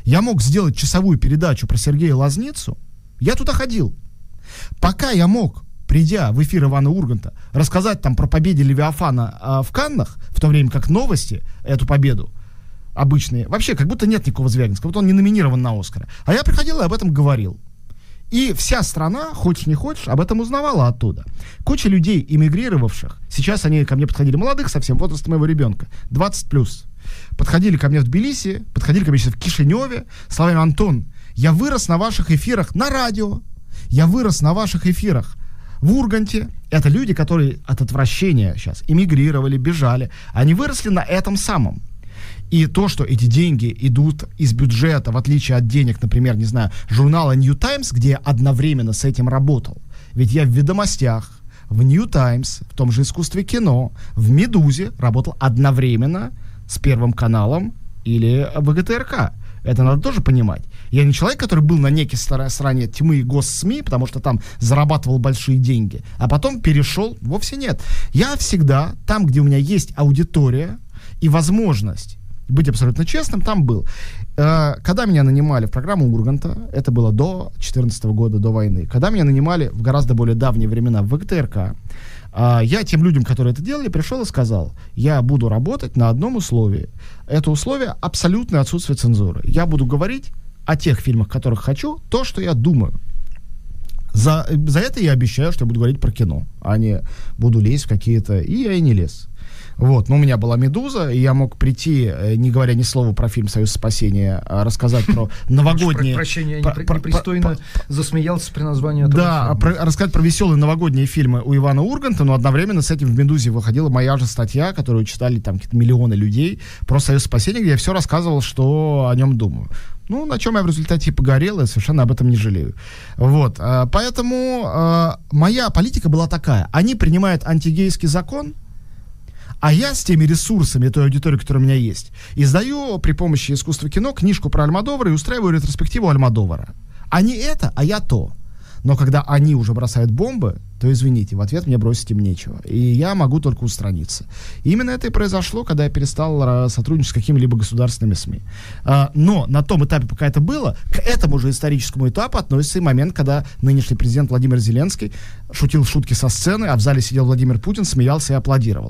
Я мог сделать часовую передачу про Сергея Лазницу. Я туда ходил. Пока я мог, придя в эфир Ивана Урганта, рассказать там про победу Левиафана а, в Каннах, в то время как новости, эту победу, обычные, вообще как будто нет никакого Звягинцева, как будто он не номинирован на Оскара. А я приходил и об этом говорил. И вся страна, хочешь не хочешь, об этом узнавала оттуда. Куча людей, эмигрировавших, сейчас они ко мне подходили, молодых совсем, возраста моего ребенка, двадцать плюс, подходили ко мне в Тбилиси, подходили ко мне сейчас в Кишиневе, словами: Антон, я вырос на ваших эфирах на радио, я вырос на ваших эфирах в Урганте. Это люди, которые от отвращения сейчас эмигрировали, бежали, они выросли на этом самом. И то, что эти деньги идут из бюджета, в отличие от денег, например, не знаю, журнала New Times, где я одновременно с этим работал. Ведь я в «Ведомостях», в New Times, в том же «Искусстве кино», в «Медузе» работал одновременно с Первым каналом или вэ гэ тэ эр ка. Это надо тоже понимать. Я не человек, который был на некой стороне тьмы госсми, потому что там зарабатывал большие деньги, а потом перешел. Вовсе нет. Я всегда там, где у меня есть аудитория и возможность быть абсолютно честным, там был. Когда меня нанимали в программу Урганта, это было до две тысячи четырнадцатого года, до войны, когда меня нанимали в гораздо более давние времена в вэ гэ тэ эр ка, я тем людям, которые это делали, пришел и сказал: я буду работать на одном условии. Это условие — абсолютное отсутствие цензуры. Я буду говорить о тех фильмах, которых хочу, то, что я думаю. За, за это я обещаю, что я буду говорить про кино, а не буду лезть в какие-то... И я и не лез. Вот, но у меня была «Медуза», и я мог прийти, не говоря ни слова про фильм «Союз спасения», а рассказать про новогодние... Прощение, я непристойно засмеялся при названии этого Да, про, рассказать про веселые новогодние фильмы у Ивана Урганта, но одновременно с этим в «Медузе» выходила моя же статья, которую читали там какие-то миллионы людей, про «Союз спасения», где я все рассказывал, что о нем думаю. Ну, на чем я в результате погорел, и совершенно об этом не жалею. Вот, поэтому моя политика была такая: они принимают антигейский закон, а я с теми ресурсами той аудитории, которая у меня есть, издаю при помощи искусства кино книжку про Альмодовара и устраиваю ретроспективу Альмодовара. Они это, а я то. Но когда они уже бросают бомбы, то, извините, в ответ мне бросить им нечего. И я могу только устраниться. И именно это и произошло, когда я перестал сотрудничать с какими-либо государственными СМИ. Но на том этапе, пока это было, к этому же историческому этапу относится и момент, когда нынешний президент Владимир Зеленский шутил шутки со сцены, а в зале сидел Владимир Путин, смеялся и аплодировал.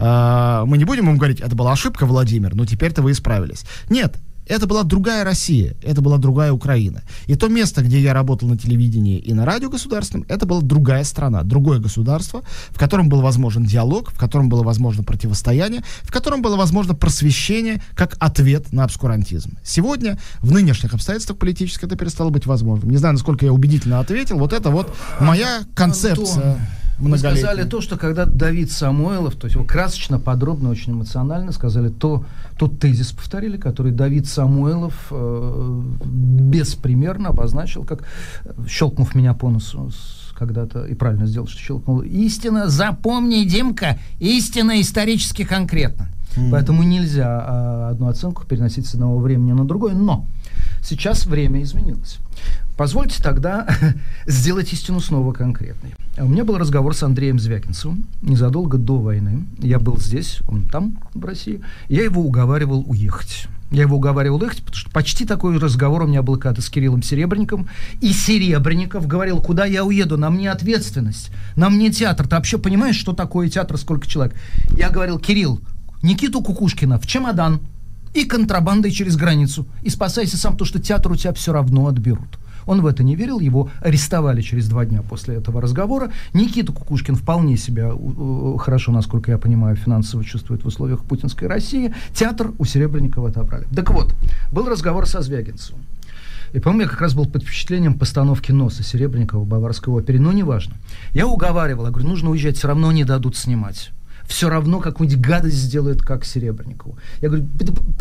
Мы не будем ему говорить: это была ошибка, Владимир, но теперь-то вы исправились. Нет. Это была другая Россия, это была другая Украина. И то место, где я работал на телевидении и на радио государственном, это была другая страна, другое государство, в котором был возможен диалог, в котором было возможно противостояние, в котором было возможно просвещение как ответ на обскурантизм. Сегодня, в нынешних обстоятельствах политических, это перестало быть возможным. Не знаю, насколько я убедительно ответил. Вот это вот моя концепция. Вы сказали то, что когда Давид Самойлов, то есть вы красочно, подробно, очень эмоционально сказали то, тот тезис повторили, который Давид Самойлов э, беспримерно обозначил, как, щелкнув меня по носу когда-то, и правильно сделал, что щелкнул: истина, запомни, Димка, истина исторически конкретна. Mm. Поэтому нельзя а, одну оценку переносить с одного времени на другое, но сейчас время изменилось. Позвольте тогда сделать истину снова конкретной. У меня был разговор с Андреем Звягинцевым незадолго до войны. Я был здесь, он там, в России. Я его уговаривал уехать. Я его уговаривал уехать, потому что почти такой разговор у меня был когда-то с Кириллом Серебренниковым. И Серебренников говорил: куда я уеду, на мне ответственность, на мне театр. Ты вообще понимаешь, что такое театр, сколько человек? Я говорил: Кирилл, Никиту Кукушкина в чемодан и контрабандой через границу. И спасайся сам, потому что театр у тебя все равно отберут. Он в это не верил, его арестовали через два дня после этого разговора. Никита Кукушкин вполне себя uh, хорошо, насколько я понимаю, финансово чувствует в условиях путинской России. Театр у Серебренникова отобрали. Так вот, был разговор со Звягинцевым. И, по-моему, я как раз был под впечатлением постановки «Носа» Серебренникова в Баварской опере. Но неважно. Я уговаривал, я говорю: нужно уезжать, все равно не дадут снимать. Все равно какую-нибудь гадость сделают, как Серебренникову. Я говорю: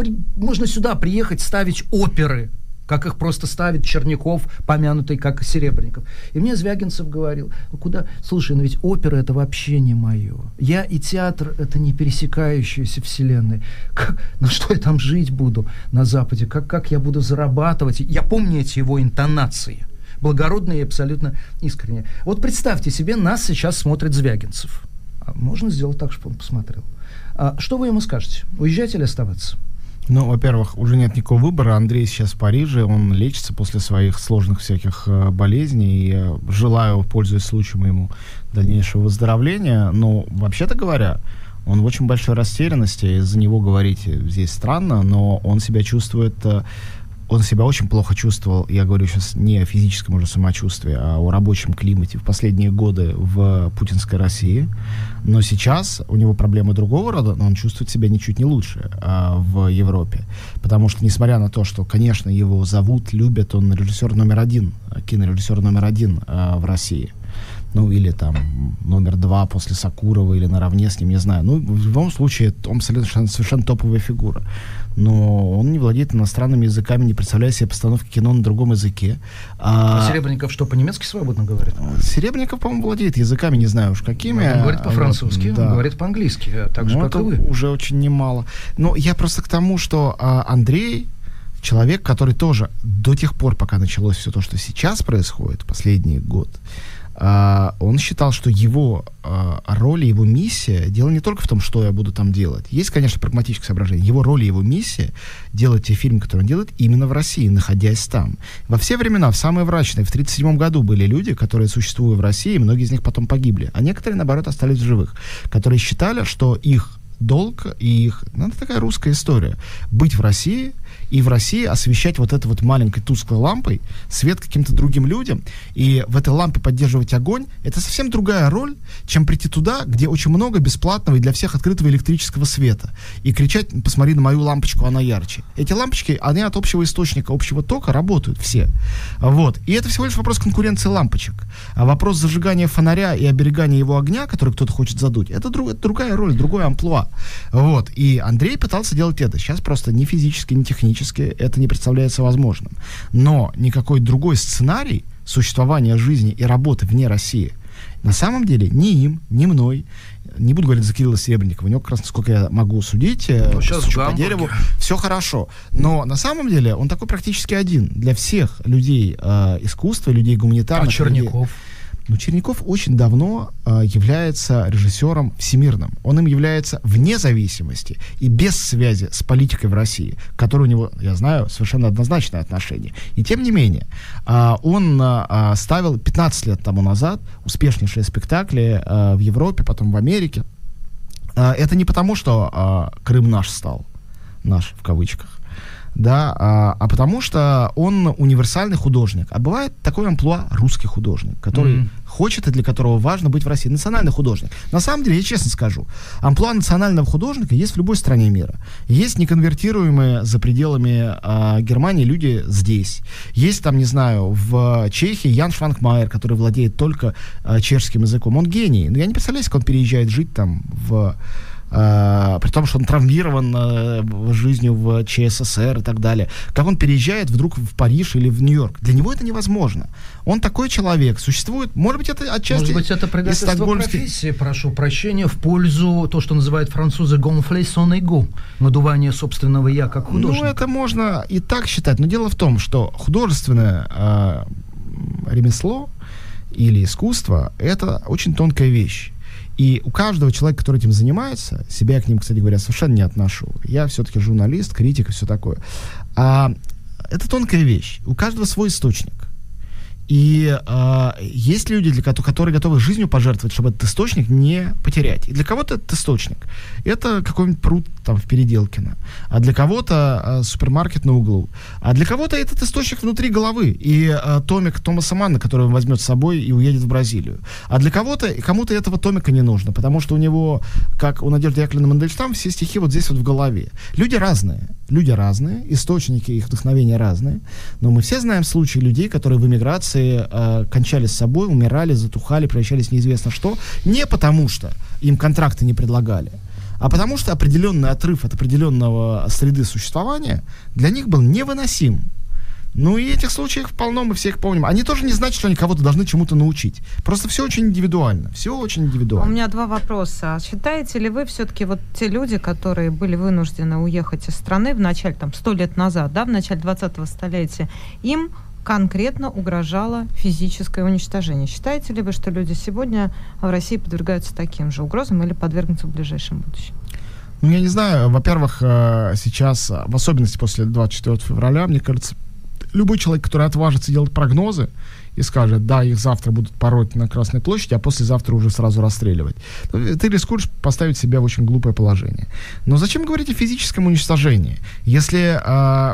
можно сюда приехать, ставить оперы, как их просто ставит Черняков, помянутый как Серебренников. И мне Звягинцев говорил: ну куда? Слушай, ну ведь опера — это вообще не мое. Я и театр — это не пересекающиеся вселенные. Как, ну что я там жить буду на Западе? Как, как я буду зарабатывать? Я помню эти его интонации. Благородные и абсолютно искренние. Вот представьте себе, нас сейчас смотрит Звягинцев. А можно сделать так, чтобы он посмотрел. А что вы ему скажете? Уезжать или оставаться? Ну, во-первых, уже нет никакого выбора. Андрей сейчас в Париже, он лечится после своих сложных всяких э, болезней. И я желаю, пользуясь случаем, ему дальнейшего выздоровления. Но, вообще-то говоря, он в очень большой растерянности. За него говорить здесь странно, но он себя чувствует... Э, он себя очень плохо чувствовал, я говорю сейчас не о физическом уже самочувствии, а о рабочем климате в последние годы в путинской России. Но сейчас у него проблемы другого рода, но он чувствует себя ничуть не лучше а, в Европе. Потому что, несмотря на то, что, конечно, его зовут, любят, он режиссер номер один, кинорежиссер номер один а, в России. Ну, или там номер два после Сакурова, или наравне с ним, не знаю. Ну, в любом случае, он совершенно, совершенно топовая фигура. Но он не владеет иностранными языками, не представляет себе постановки кино на другом языке. А, а Серебренников что, по-немецки свободно говорит? Серебренников, по-моему, владеет языками, не знаю уж какими. Он говорит по-французски, вот, да. Он говорит по-английски, так же, ну, как и вы. Уже очень немало. Но я просто к тому, что а, Андрей... Человек, который тоже до тех пор, пока началось все то, что сейчас происходит, последний год, Uh, он считал, что его uh, роль и его миссия, дело не только в том, что я буду там делать. Есть, конечно, прагматическое соображение. Его роль и его миссия делать те фильмы, которые он делает, именно в России, находясь там. Во все времена, в самые мрачные, в тридцать седьмом году были люди, которые, существуя в России, и многие из них потом погибли, а некоторые, наоборот, остались в живых, которые считали, что их долг и их... Ну, это такая русская история. Быть в России и в России освещать вот этой вот маленькой тусклой лампой свет каким-то другим людям, и в этой лампе поддерживать огонь, это совсем другая роль, чем прийти туда, где очень много бесплатного и для всех открытого электрического света, и кричать: посмотри на мою лампочку, она ярче. Эти лампочки, они от общего источника, общего тока работают все. Вот. И это всего лишь вопрос конкуренции лампочек. А вопрос зажигания фонаря и оберегания его огня, который кто-то хочет задуть, это, друг, это другая роль, другое амплуа. Вот. И Андрей пытался делать это. Сейчас просто ни физически, ни технически это не представляется возможным. Но никакой другой сценарий существования жизни и работы вне России на самом деле ни им, ни мной, не буду говорить за Кирилла Серебренникова, у него, как раз, насколько я могу судить, ну, по дереву, все хорошо. Но на самом деле он такой практически один для всех людей э, искусства, людей гуманитарных. А Черняков? Людей. Но Черняков очень давно э, является режиссером всемирным. Он им является вне зависимости и без связи с политикой в России, к которой у него, я знаю, совершенно однозначное отношение. И тем не менее, э, он э, ставил пятнадцать лет тому назад успешнейшие спектакли э, в Европе, потом в Америке. Э, это не потому, что э, Крым наш стал, наш в кавычках, да, а, а потому что он универсальный художник. А бывает такой амплуа русский художник, который mm-hmm. хочет и для которого важно быть в России. Национальный художник. На самом деле, я честно скажу, амплуа национального художника есть в любой стране мира. Есть неконвертируемые за пределами а, Германии люди здесь. Есть там, не знаю, в Чехии Ян Швангмайер, который владеет только а, чешским языком. Он гений. Но я не представляю, как он переезжает жить там в... Uh, при том, что он травмирован uh, жизнью в ЧССР и так далее. Как он переезжает вдруг в Париж или в Нью-Йорк. Для него это невозможно. Он такой человек. Существует, может быть, это отчасти... Может быть, это предательство стокгольмский... профессии, прошу прощения, в пользу, то, что называют французы «gonfler son ego», надувание собственного «я» как художника. Ну, это можно и так считать. Но дело в том, что художественное uh, ремесло или искусство — это очень тонкая вещь. И у каждого человека, который этим занимается, себя я к ним, кстати говоря, совершенно не отношу. Я все-таки журналист, критик и все такое. А, это тонкая вещь. У каждого свой источник. И э, есть люди, для которых, которые готовы жизнью пожертвовать, чтобы этот источник не потерять. И для кого-то этот источник — это какой-нибудь пруд там в Переделкино, а для кого-то э, супермаркет на углу, а для кого-то этот источник внутри головы и э, томик Томаса Манна, который он возьмет с собой и уедет в Бразилию. А для кого-то, кому-то этого томика не нужно, потому что у него, как у Надежды Яковлевны Мандельштам, все стихи вот здесь вот в голове. Люди разные. Люди разные, источники их вдохновения разные, но мы все знаем случаи людей, которые в эмиграции э, кончали с собой, умирали, затухали, превращались в неизвестно что, не потому что им контракты не предлагали, а потому что определенный отрыв от определенного среды существования для них был невыносим. Ну и этих случаев полно, мы все их помним. Они тоже не значат, что они кого-то должны чему-то научить. Просто все очень индивидуально. Все очень индивидуально. У меня два вопроса. Считаете ли вы все-таки вот те люди, которые были вынуждены уехать из страны в начале, там, сто лет назад, да, в начале двадцатого столетия, им конкретно угрожало физическое уничтожение? Считаете ли вы, что люди сегодня в России подвергаются таким же угрозам или подвергнутся в ближайшем будущем? Ну, я не знаю, во-первых, сейчас, в особенности после двадцать четвёртого февраля, мне кажется, любой человек, который отважится делать прогнозы и скажет, да, их завтра будут пороть на Красной площади, а послезавтра уже сразу расстреливать, ты рискуешь поставить себя в очень глупое положение. Но зачем говорить о физическом уничтожении? Если, э,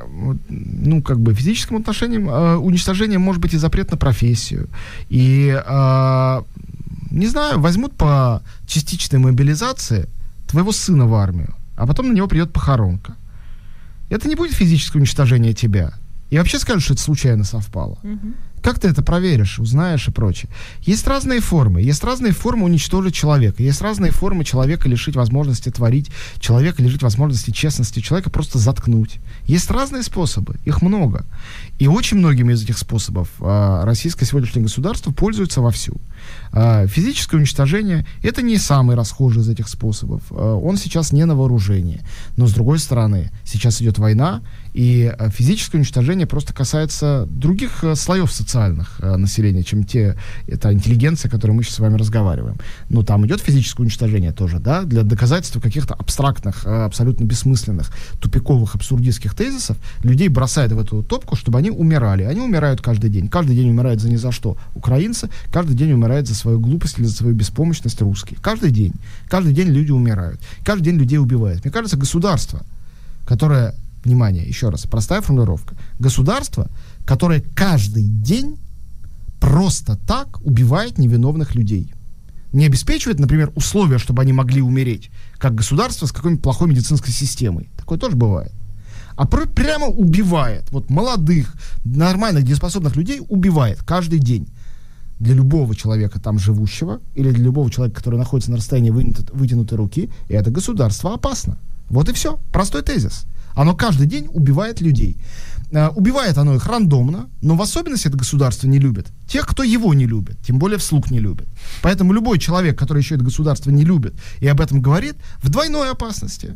ну, как бы, физическим отношением, э, уничтожением может быть и запрет на профессию, и, э, не знаю, возьмут по частичной мобилизации твоего сына в армию, а потом на него придет похоронка. Это не будет физическое уничтожение тебя. И вообще скажут, что это случайно совпало. Mm-hmm. Как ты это проверишь, узнаешь и прочее? Есть разные формы. Есть разные формы уничтожить человека. Есть разные формы человека лишить возможности творить, человека лишить возможности честности, человека просто заткнуть. Есть разные способы. Их много. И очень многими из этих способов а, российское сегодняшнее государство пользуется вовсю. А, физическое уничтожение — это не самый расхожий из этих способов. А, он сейчас не на вооружении. Но, с другой стороны, сейчас идет война, и а, физическое уничтожение просто касается других а, слоев социальных а, населения, чем те, это интеллигенция, о которой мы сейчас с вами разговариваем. Но там идет физическое уничтожение тоже, да, для доказательства каких-то абстрактных, а, абсолютно бессмысленных, тупиковых, абсурдистских тезисов людей бросают в эту топку, чтобы они умирали. Они умирают каждый день. Каждый день умирают за ни за что украинцы, каждый день умирают за свою глупость или за свою беспомощность русские. Каждый день. Каждый день люди умирают. Каждый день людей убивают. Мне кажется, государство, которое, внимание, еще раз, простая формулировка, государство, которое каждый день просто так убивает невиновных людей. Не обеспечивает, например, условия, чтобы они могли умереть, как государство с какой-нибудь плохой медицинской системой. Такое тоже бывает. А прямо убивает. Вот молодых, нормальных, дееспособных людей убивает каждый день. Для любого человека там живущего или для любого человека, который находится на расстоянии вытянутой, вытянутой руки, это государство опасно. Вот и все. Простой тезис. Оно каждый день убивает людей. Uh, убивает оно их рандомно, но в особенности это государство не любит тех, кто его не любит, тем более вслух не любит. Поэтому любой человек, который еще это государство не любит и об этом говорит, в двойной опасности.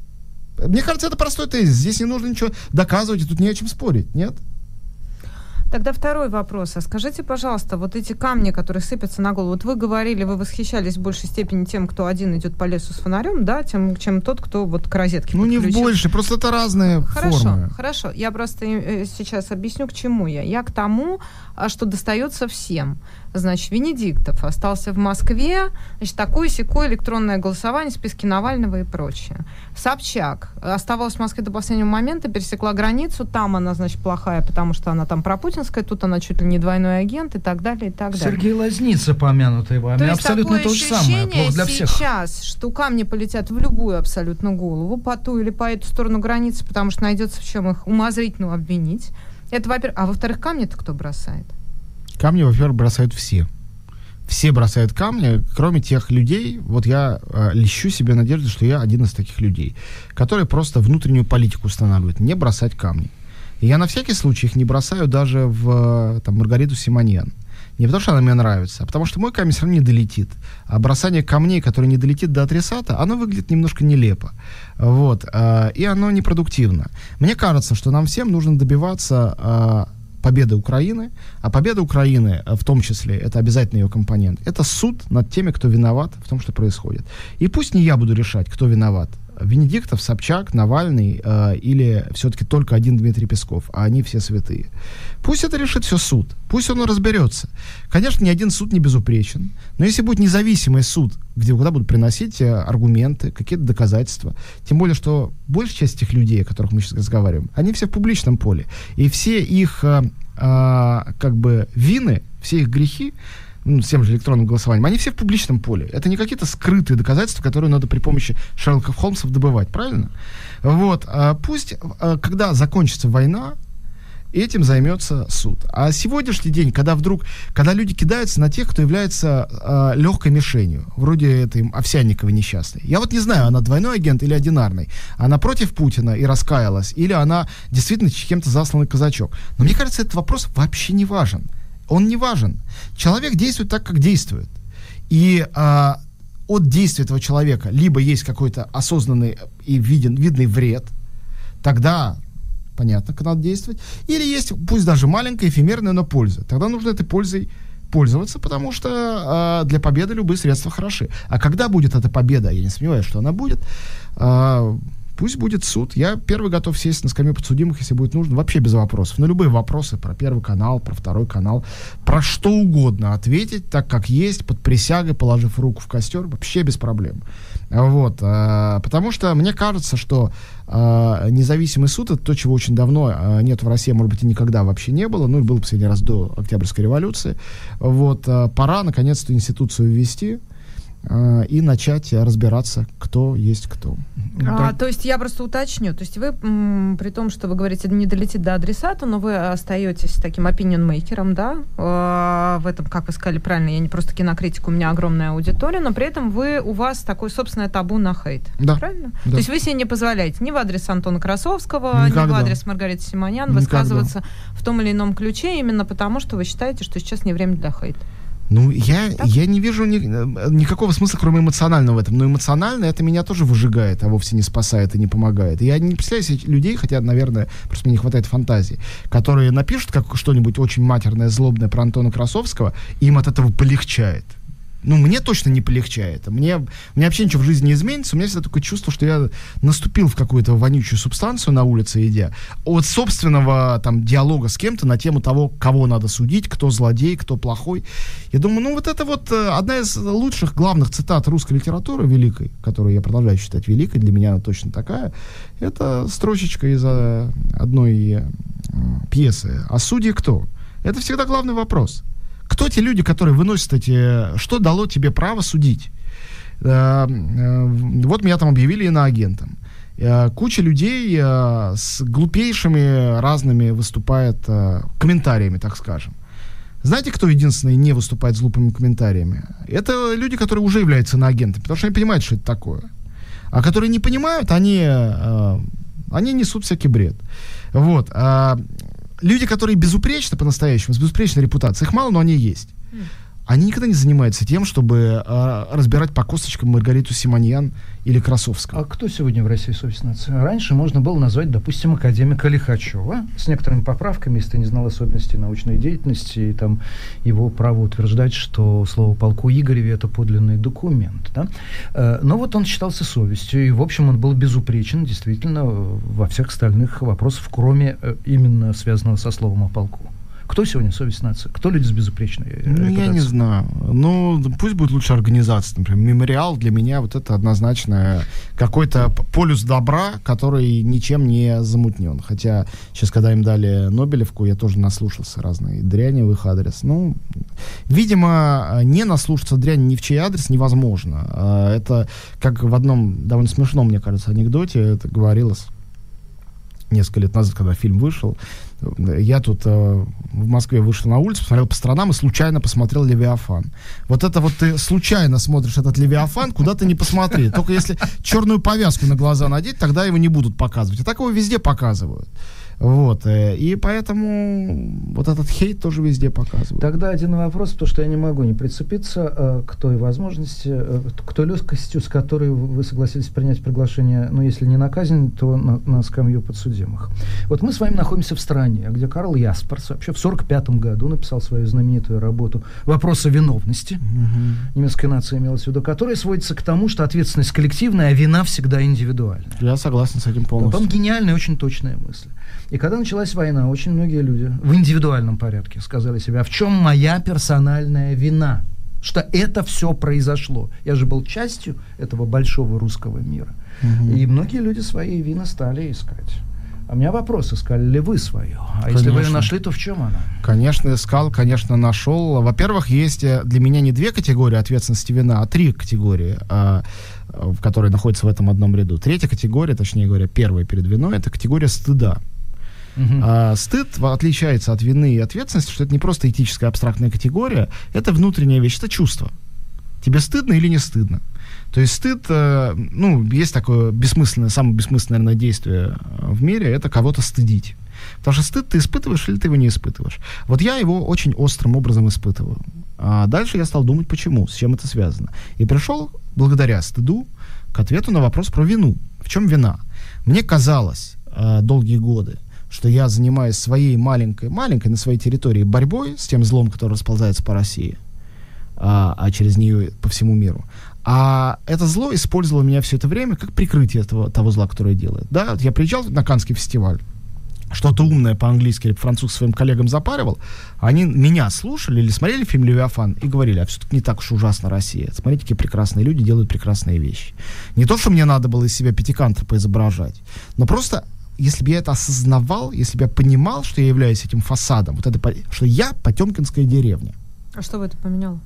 Мне кажется, это простой тезис. Здесь не нужно ничего доказывать, и тут не о чем спорить, нет? Тогда второй вопрос. А скажите, пожалуйста, вот эти камни, которые сыпятся на голову, вот вы говорили, вы восхищались в большей степени тем, кто один идет по лесу с фонарем, да, тем, чем тот, кто вот к розетке Ну, подключен. не в больше, просто это разные хорошо, формы. Хорошо, я просто сейчас объясню, к чему я. Я к тому, что достается всем. Значит, Венедиктов остался в Москве, значит, такое-сякое электронное голосование, списки Навального и прочее. Собчак оставалась в Москве до последнего момента, пересекла границу, там она, значит, плохая, потому что она там пропутинская, тут она чуть ли не двойной агент и так далее, и так далее. Сергей Лазница, помянутый вами, то абсолютно то же самое, плохо для всех. Сейчас, что камни полетят в любую абсолютно голову, по ту или по эту сторону границы, потому что найдется в чем их умозрительно обвинить. Это, во-первых. А во-вторых, камни-то кто бросает? Камни, во-первых, бросают все. Все бросают камни, кроме тех людей, вот я э, лещу себе надежду, что я один из таких людей, которые просто внутреннюю политику устанавливают, не бросать камни. И я на всякий случай их не бросаю даже в там, Маргариту Симоньян. Не потому, что она мне нравится, а потому, что мой камень все равно не долетит. А бросание камней, которые не долетит до адресата, оно выглядит немножко нелепо. Вот, э, и оно непродуктивно. Мне кажется, что нам всем нужно добиваться... Э, победы Украины, а победа Украины, в том числе, это обязательный ее компонент, это суд над теми, кто виноват в том, что происходит. И пусть не я буду решать, кто виноват. Венедиктов, Собчак, Навальный э, или все-таки только один Дмитрий Песков, а они все святые. Пусть это решит все суд, пусть он разберется. Конечно, ни один суд не безупречен, но если будет независимый суд, где, куда будут приносить э, аргументы, какие-то доказательства, тем более, что большая часть этих людей, о которых мы сейчас разговариваем, они все в публичном поле, и все их э, э, как бы вины, все их грехи, ну, с тем же электронным голосованием, они все в публичном поле. Это не какие-то скрытые доказательства, которые надо при помощи Шерлока Холмсов добывать, правильно? Вот. А пусть, а, когда закончится война, этим займется суд. А сегодняшний день, когда вдруг, когда люди кидаются на тех, кто является а, легкой мишенью, вроде этой Овсянниковой несчастной. Я вот не знаю, она двойной агент или одинарный. Она против Путина и раскаялась, или она действительно кем-то засланный казачок. Но мне кажется, этот вопрос вообще не важен. Он не важен. Человек действует так, как действует. И а, от действия этого человека либо есть какой-то осознанный и виден, видный вред, тогда понятно, как надо действовать, или есть, пусть даже маленькая, эфемерная, но польза. Тогда нужно этой пользой пользоваться, потому что э, для победы любые средства хороши. А когда будет эта победа, я не сомневаюсь, что она будет, э, пусть будет суд. Я первый готов сесть на скамью подсудимых, если будет нужно, вообще без вопросов. На любые вопросы про Первый канал, про Второй канал, про что угодно ответить, так как есть, под присягой, положив руку в костер, вообще без проблем. Вот, э, потому что мне кажется, что э, независимый суд — это то, чего очень давно э, нет в России, может быть, и никогда вообще не было, ну и был последний раз до Октябрьской революции. Вот, э, пора наконец-то институцию ввести э, и начать разбираться, кто есть кто. А, то есть я просто уточню, то есть вы, м, при том, что вы говорите, не долетит до адресата, но вы остаетесь таким opinion-мейкером, да, э, в этом, как вы сказали правильно, я не просто кинокритик, у меня огромная аудитория, но при этом вы, у вас такое собственное табу на хейт, да. Правильно? Да. То есть вы себе не позволяете ни в адрес Антона Красовского, Никогда. ни в адрес Маргариты Симонян Никогда. высказываться в том или ином ключе, именно потому, что вы считаете, что сейчас не время для хейта. Ну, я, я не вижу ни, никакого смысла, кроме эмоционального в этом. Но эмоционально это меня тоже выжигает, а вовсе не спасает и не помогает. И я не представляю себе людей, хотя, наверное, просто мне не хватает фантазии, которые напишут как что-нибудь очень матерное, злобное про Антона Красовского, и им от этого полегчает. Ну, мне точно не полегчает. Мне, у меня вообще ничего в жизни не изменится. У меня всегда такое чувство, что я наступил в какую-то вонючую субстанцию на улице, идя. От собственного там диалога с кем-то на тему того, кого надо судить, кто злодей, кто плохой. Я думаю, ну, вот это вот одна из лучших, главных цитат русской литературы великой, которую я продолжаю считать великой, для меня она точно такая, это строчечка из одной э, пьесы. А судьи кто? Это всегда главный вопрос. Кто те люди, которые выносят эти... Что дало тебе право судить? Э, э, вот меня там объявили иноагентом. Э, куча людей э, с глупейшими разными выступает э, комментариями, так скажем. Знаете, кто единственный не выступает с глупыми комментариями? Это люди, которые уже являются иноагентами, потому что они понимают, что это такое. А которые не понимают, они, э, они несут всякий бред. Вот. Э, Люди, которые безупречны по-настоящему, с безупречной репутацией, их мало, но они есть. Mm. Они никогда не занимаются тем, чтобы э, разбирать по косточкам Маргариту Симоньян или Красовского. А кто сегодня в России, собственно? Раньше можно было назвать, допустим, академика Лихачева, с некоторыми поправками, если ты не знал особенностей научной деятельности, и там его право утверждать, что слово полку Игореве — это подлинный документ. Да? Э, но вот он считался совестью, и, в общем, он был безупречен, действительно, во всех остальных вопросах, кроме э, именно связанного со словом о полку. Кто сегодня совесть нации? Кто люди с безупречной ну, репутацией? Я не знаю. Ну, пусть будет лучше организация. Например, мемориал для меня вот это однозначно какой-то полюс добра, который ничем не замутнен. Хотя сейчас, когда им дали Нобелевку, я тоже наслушался разной дряни в их адрес. Ну, видимо, не наслушаться дряни ни в чей адрес невозможно. Это как в одном довольно смешном, мне кажется, анекдоте это говорилось несколько лет назад, когда фильм вышел. Я тут э, в Москве вышел на улицу, посмотрел по сторонам и случайно посмотрел «Левиафан». Вот это вот ты случайно смотришь этот «Левиафан», куда ты не посмотри. Только если черную повязку на глаза надеть, тогда его не будут показывать. А так его везде показывают. Вот, и поэтому вот этот хейт тоже везде показывают. Тогда один вопрос, потому что я не могу не прицепиться э, к той возможности, э, к той легкостью, с которой вы согласились принять приглашение, ну, если не на казнь, то на, на скамью подсудимых. Вот мы с вами находимся в стране, где Карл Ясперс вообще в сорок пятом году написал свою знаменитую работу «Вопрос о виновности», угу. Немецкой нации имелось в виду, которая сводится к тому, что ответственность коллективная, а вина всегда индивидуальная. Я согласен с этим полностью. Потом гениальная, очень точная мысль. И когда началась война, очень многие люди в индивидуальном порядке сказали себе, а в чем моя персональная вина? Что это все произошло. Я же был частью этого большого русского мира. Угу. И многие люди свои вины стали искать. А у меня вопрос, искали ли вы свою? А конечно. Если вы ее нашли, то в чем она? Конечно, искал, конечно, нашел. Во-первых, есть для меня не две категории ответственности вина, а три категории, в которые находятся в этом одном ряду. Третья категория, точнее говоря, первая перед виной, это категория стыда. Uh-huh. А, стыд отличается от вины и ответственности, что это не просто этическая абстрактная категория, это внутренняя вещь, это чувство. Тебе стыдно или не стыдно? То есть стыд, э, ну, есть такое бессмысленное, самое бессмысленное, наверное, действие в мире, это кого-то стыдить. Потому что стыд ты испытываешь или ты его не испытываешь. Вот я его очень острым образом испытываю. А дальше я стал думать, почему, с чем это связано. И пришел, благодаря стыду, к ответу на вопрос про вину. В чем вина? Мне казалось э, долгие годы, что я занимаюсь своей маленькой, маленькой на своей территории борьбой с тем злом, который расползается по России, а, а через нее по всему миру. А это зло использовало меня все это время как прикрытие этого, того зла, которое делает. Да, вот я приезжал на Каннский фестиваль, что-то умное по-английски или по-французски своим коллегам запаривал, они меня слушали или смотрели фильм «Левиафан» и говорили, а все-таки не так уж ужасно Россия. Смотрите, какие прекрасные люди делают прекрасные вещи. Не то, что мне надо было из себя пятикантропа изображать, но просто, если бы я это осознавал, если бы я понимал, что я являюсь этим фасадом, вот это, что я Потемкинская деревня. А что бы это поменяло?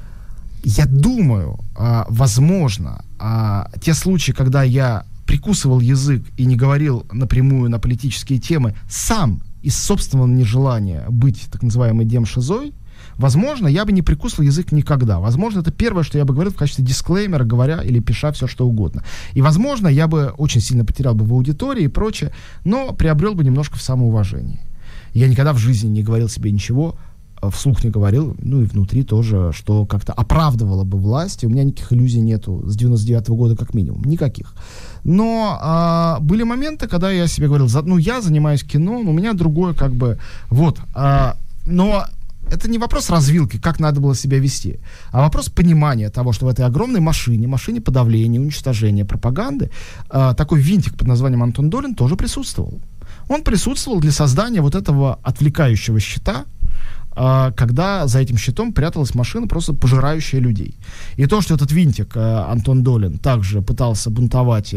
Я думаю, а, возможно, а, те случаи, когда я прикусывал язык и не говорил напрямую на политические темы сам из собственного нежелания быть так называемой демшизой, возможно, я бы не прикусывал язык никогда. Возможно, это первое, что я бы говорил в качестве дисклеймера, говоря или пиша все, что угодно. И, возможно, я бы очень сильно потерял бы в аудитории и прочее, но приобрел бы немножко в самоуважении. Я никогда в жизни не говорил себе ничего, вслух не говорил, ну и внутри тоже, что как-то оправдывало бы власть. У меня никаких иллюзий нету с девяносто девятого года как минимум, никаких. Но а, были моменты, когда я себе говорил, ну я занимаюсь кино, у меня другое как бы, вот, а, но это не вопрос развилки, как надо было себя вести, а вопрос понимания того, что в этой огромной машине, машине подавления, уничтожения, пропаганды, а, такой винтик под названием Антон Долин тоже присутствовал. Он присутствовал для создания вот этого отвлекающего щита, когда за этим щитом пряталась машина, просто пожирающая людей. И то, что этот винтик, Антон Долин, также пытался бунтовать,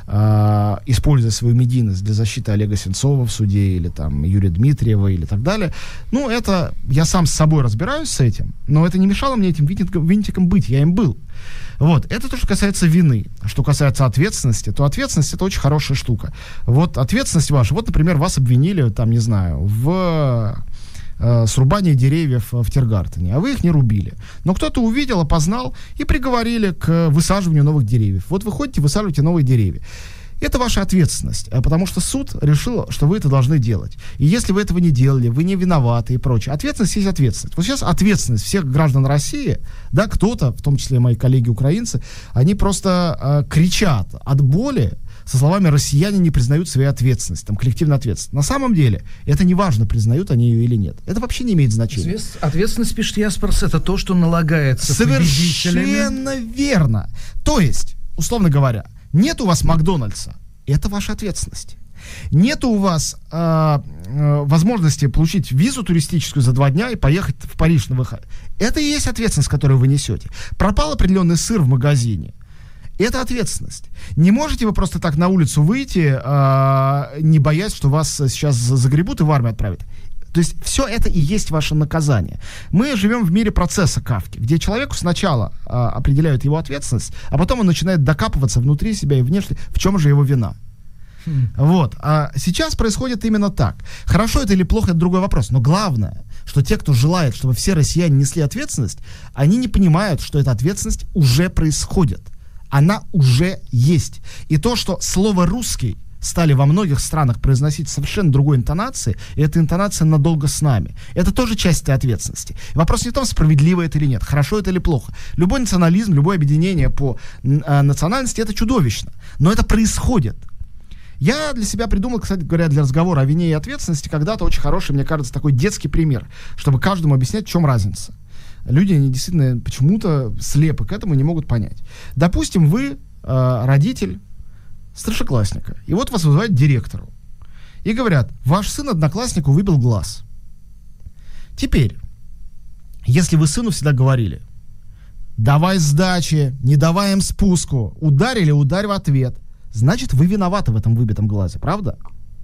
используя свою медийность для защиты Олега Сенцова в суде, или там Юрия Дмитриева, или так далее, ну, это, я сам с собой разбираюсь с этим, но это не мешало мне этим винтиком, винтиком быть, я им был. Вот, это то, что касается вины. Что касается ответственности, то ответственность — это очень хорошая штука. Вот ответственность ваша, вот, например, вас обвинили, там, не знаю, в срубание деревьев в Тиргартене, а вы их не рубили. Но кто-то увидел, опознал и приговорили к высаживанию новых деревьев. Вот вы ходите, высаживаете новые деревья. Это ваша ответственность, потому что суд решил, что вы это должны делать. И если вы этого не делали, вы не виноваты и прочее. Ответственность есть ответственность. Вот сейчас ответственность всех граждан России, да, кто-то, в том числе мои коллеги-украинцы, они просто э, кричат от боли, со словами «россияне не признают своей ответственности», там, коллективной ответственности. На самом деле, это не важно, признают они ее или нет. Это вообще не имеет значения. Ответственность, пишет Яспорс, это то, что налагается совершенно верно. То есть, условно говоря, нет у вас Макдональдса, это ваша ответственность. Нет у вас э, э, возможности получить визу туристическую за два дня и поехать в Париж на выход. Это и есть ответственность, которую вы несете. Пропал определенный сыр в магазине. Это ответственность. Не можете вы просто так на улицу выйти, э, не боясь, что вас сейчас загребут и в армию отправят. То есть все это и есть ваше наказание. Мы живем в мире процесса Кафки, где человеку сначала э, определяют его ответственность, а потом он начинает докапываться внутри себя и внешне, в чем же его вина. Хм. Вот. А сейчас происходит именно так. Хорошо это или плохо, это другой вопрос. Но главное, что те, кто желает, чтобы все россияне несли ответственность, они не понимают, что эта ответственность уже происходит. Она уже есть. И то, что слово «русский» стали во многих странах произносить совершенно другой интонации, и эта интонация надолго с нами. Это тоже часть этой ответственности. И вопрос не в том, справедливо это или нет, хорошо это или плохо. Любой национализм, любое объединение по э, национальности — это чудовищно. Но это происходит. Я для себя придумал, кстати говоря, для разговора о вине и ответственности когда-то очень хороший, мне кажется, такой детский пример, чтобы каждому объяснять, в чем разница. Люди, они действительно почему-то слепы к этому, не могут понять. Допустим, вы э, родитель старшеклассника, и вот вас вызывают к директору. И говорят, ваш сын однокласснику выбил глаз. Теперь, если вы сыну всегда говорили, давай сдачи, не давай им спуску, ударили, ударь в ответ, значит, вы виноваты в этом выбитом глазе, правда?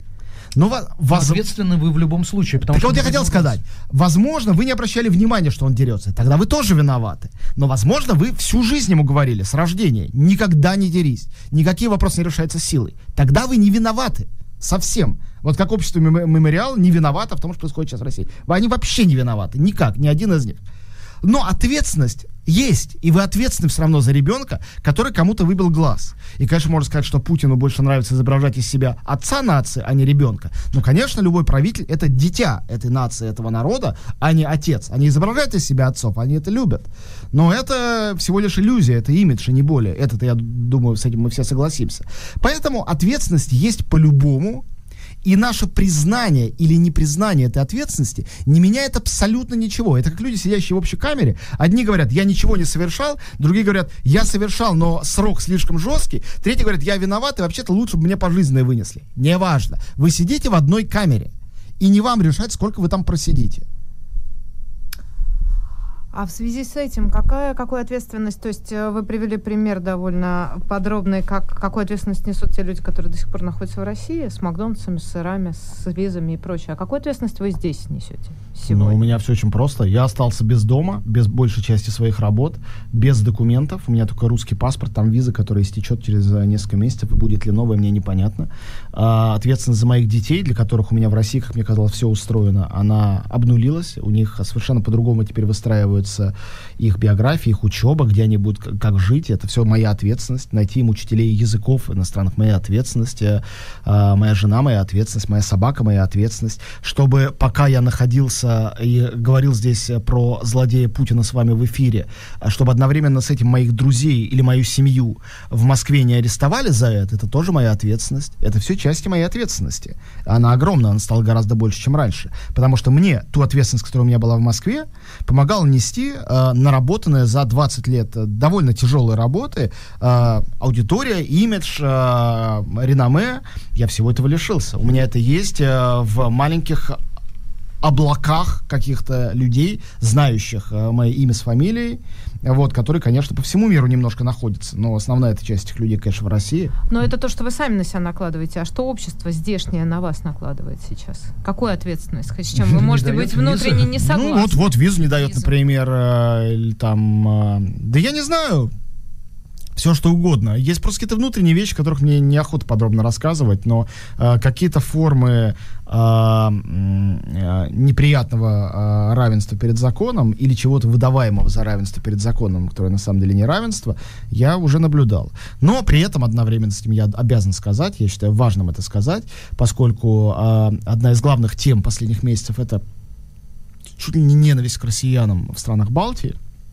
Но воз... ответственны вы в любом случае. Так вот я хотел сказать, возможно, вы не обращали внимания, что он дерется, тогда вы тоже виноваты. Но, возможно, вы всю жизнь ему говорили с рождения, никогда не дерись, никакие вопросы не решаются силой. Тогда вы не виноваты совсем. Вот как общество «Мемориал» не виновато в том, что происходит сейчас в России. Они вообще не виноваты, никак, ни один из них. Но ответственность есть, и вы ответственны все равно за ребенка, который кому-то выбил глаз. И, конечно, можно сказать, что Путину больше нравится изображать из себя отца нации, а не ребенка. Но, конечно, любой правитель — это дитя этой нации, этого народа, а не отец. Они изображают из себя отцов, они это любят. Но это всего лишь иллюзия, это имидж, и не более. Это-то, я думаю, с этим мы все согласимся. Поэтому ответственность есть по-любому. И наше признание или непризнание этой ответственности не меняет абсолютно ничего. Это как люди, сидящие в общей камере. Одни говорят, я ничего не совершал, другие говорят, я совершал, но срок слишком жесткий. Третьи говорят, я виноват, и вообще-то лучше бы мне пожизненное вынесли. Неважно. Вы сидите в одной камере, и не вам решать, сколько вы там просидите. А в связи с этим, какая, какую ответственность, то есть вы привели пример довольно подробный, как, какую ответственность несут те люди, которые до сих пор находятся в России, с Макдональдсами, с сырами, с визами и прочее. А какую ответственность вы здесь несете сегодня? Ну, у меня все очень просто. Я остался без дома, без большей части своих работ, без документов. У меня только русский паспорт, там виза, которая истечет через несколько месяцев, и будет ли новая, мне непонятно. А, ответственность за моих детей, для которых у меня в России, как мне казалось, все устроено, она обнулилась. У них совершенно по-другому теперь выстраиваются их биографии, их учеба, где они будут как, как жить. Это все моя ответственность. Найти им учителей языков иностранных — моя ответственность. А, моя жена — моя ответственность. Моя собака — моя ответственность. Чтобы пока я находился и говорил здесь про злодея Путина с вами в эфире, чтобы одновременно с этим моих друзей или мою семью в Москве не арестовали за это, это тоже моя ответственность. Это все части моей ответственности. Она огромна, она стала гораздо больше, чем раньше. Потому что мне ту ответственность, которая у меня была в Москве, помогала нести э, наработанная за двадцать лет довольно тяжелой работы э, аудитория, имидж, э, реноме. Я всего этого лишился. У меня это есть э, в маленьких облаках каких-то людей, знающих э, мое имя с фамилией, вот, которые, конечно, по всему миру немножко находятся, но основная эта часть этих людей, конечно, в России. Но это то, что вы сами на себя накладываете, а что общество здешнее на вас накладывает сейчас? Какую ответственность? С чем вы можете быть внутренне не согласны? Ну, вот, вот визу не дает, например, э, или там... Э, да я не знаю... Все, что угодно. Есть просто какие-то внутренние вещи, о которых мне неохота подробно рассказывать, но э, какие-то формы э, э, неприятного э, равенства перед законом или чего-то выдаваемого за равенство перед законом, которое на самом деле не равенство, я уже наблюдал. Но при этом одновременно с этим я обязан сказать, я считаю важным это сказать, поскольку э, одна из главных тем последних месяцев — это чуть ли не ненависть к россиянам в странах Балтии,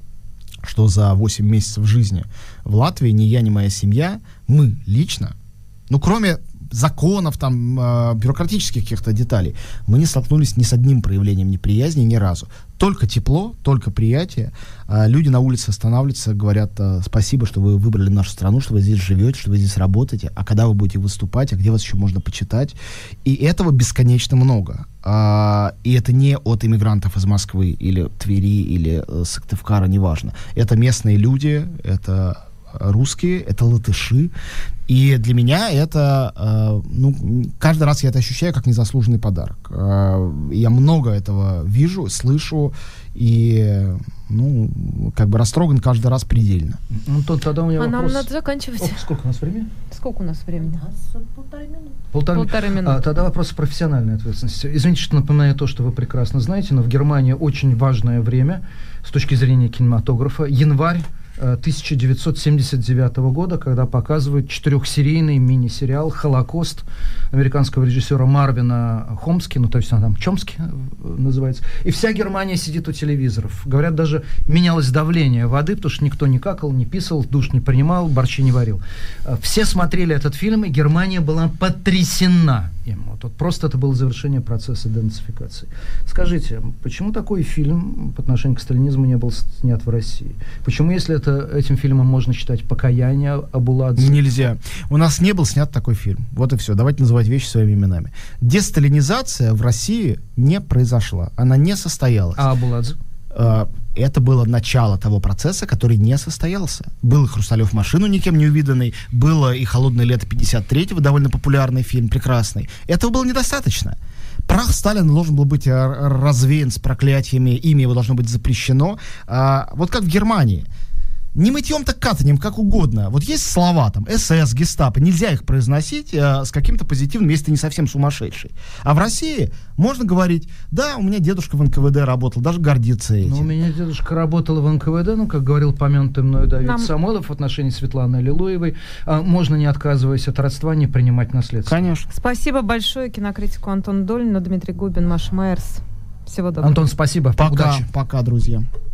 что за восемь месяцев жизни в Латвии ни я, ни моя семья, мы лично, ну, кроме законов, там, э, бюрократических каких-то деталей, мы не столкнулись ни с одним проявлением неприязни ни разу. Только тепло, только приятие. Э, люди на улице останавливаются, говорят, э, спасибо, что вы выбрали нашу страну, что вы здесь живете, что вы здесь работаете, а когда вы будете выступать, а где вас еще можно почитать. И этого бесконечно много. Э, и это не от иммигрантов из Москвы или Твери или э, Сыктывкара, неважно. Это местные люди, это русские, это латыши. И для меня это, э, ну, каждый раз я это ощущаю как незаслуженный подарок. Э, я много этого вижу, слышу, и, ну, как бы растроган каждый раз предельно. Ну, то, тогда у меня а вопрос... нам надо заканчивать. О, сколько у нас времени? Сколько у нас времени? Полторы минуты. Полторы, Полторы минуты. А, тогда вопрос профессиональной ответственности. Извините, что напоминаю то, что вы прекрасно знаете, но в Германии очень важное время с точки зрения кинематографа. Январь тысяча девятьсот семьдесят девятого года, когда показывают четырехсерийный мини-сериал «Холокост» американского режиссера Марвина Хомски, ну, то есть он там Чомски называется. И вся Германия сидит у телевизоров. Говорят, даже менялось давление воды, потому что никто не какал, не писал, душ не принимал, борщи не варил. Все смотрели этот фильм, и Германия была потрясена им. Вот, вот просто это было завершение процесса денацификации. Скажите, почему такой фильм по отношению к сталинизму не был снят в России? Почему, если это, этим фильмом можно считать «Покаяние» Абуладзе? Нельзя. У нас не был снят такой фильм. Вот и все. Давайте называть вещи своими именами. Десталинизация в России не произошла. Она не состоялась. А Абуладзе? Это было начало того процесса, который не состоялся. Был и «Хрусталев машину» никем не увиданный, было и «Холодное лето» пятьдесят третьего, довольно популярный фильм, прекрасный. Этого было недостаточно. Прах Сталина должен был быть развеян с проклятиями, имя его должно быть запрещено. А, вот как в Германии. Не мытьем, так катанием, как угодно. Вот есть слова там, СС, гестапо, нельзя их произносить э, с каким-то позитивным, если ты не совсем сумасшедший. А в России можно говорить, да, у меня дедушка в эн ка вэ дэ работал, даже гордиться этим. Ну, у меня дедушка работал в эн ка вэ дэ, ну, как говорил помянутый мною Давид Нам... Самойлов в отношении Светланы Аллилуевой, э, можно, не отказываясь от родства, не принимать наследство. Конечно. Спасибо большое кинокритику Антону Долину, Дмитрий Губин, Маша Майерс. Всего доброго. Антон, спасибо. Пока, Удачи. пока, друзья.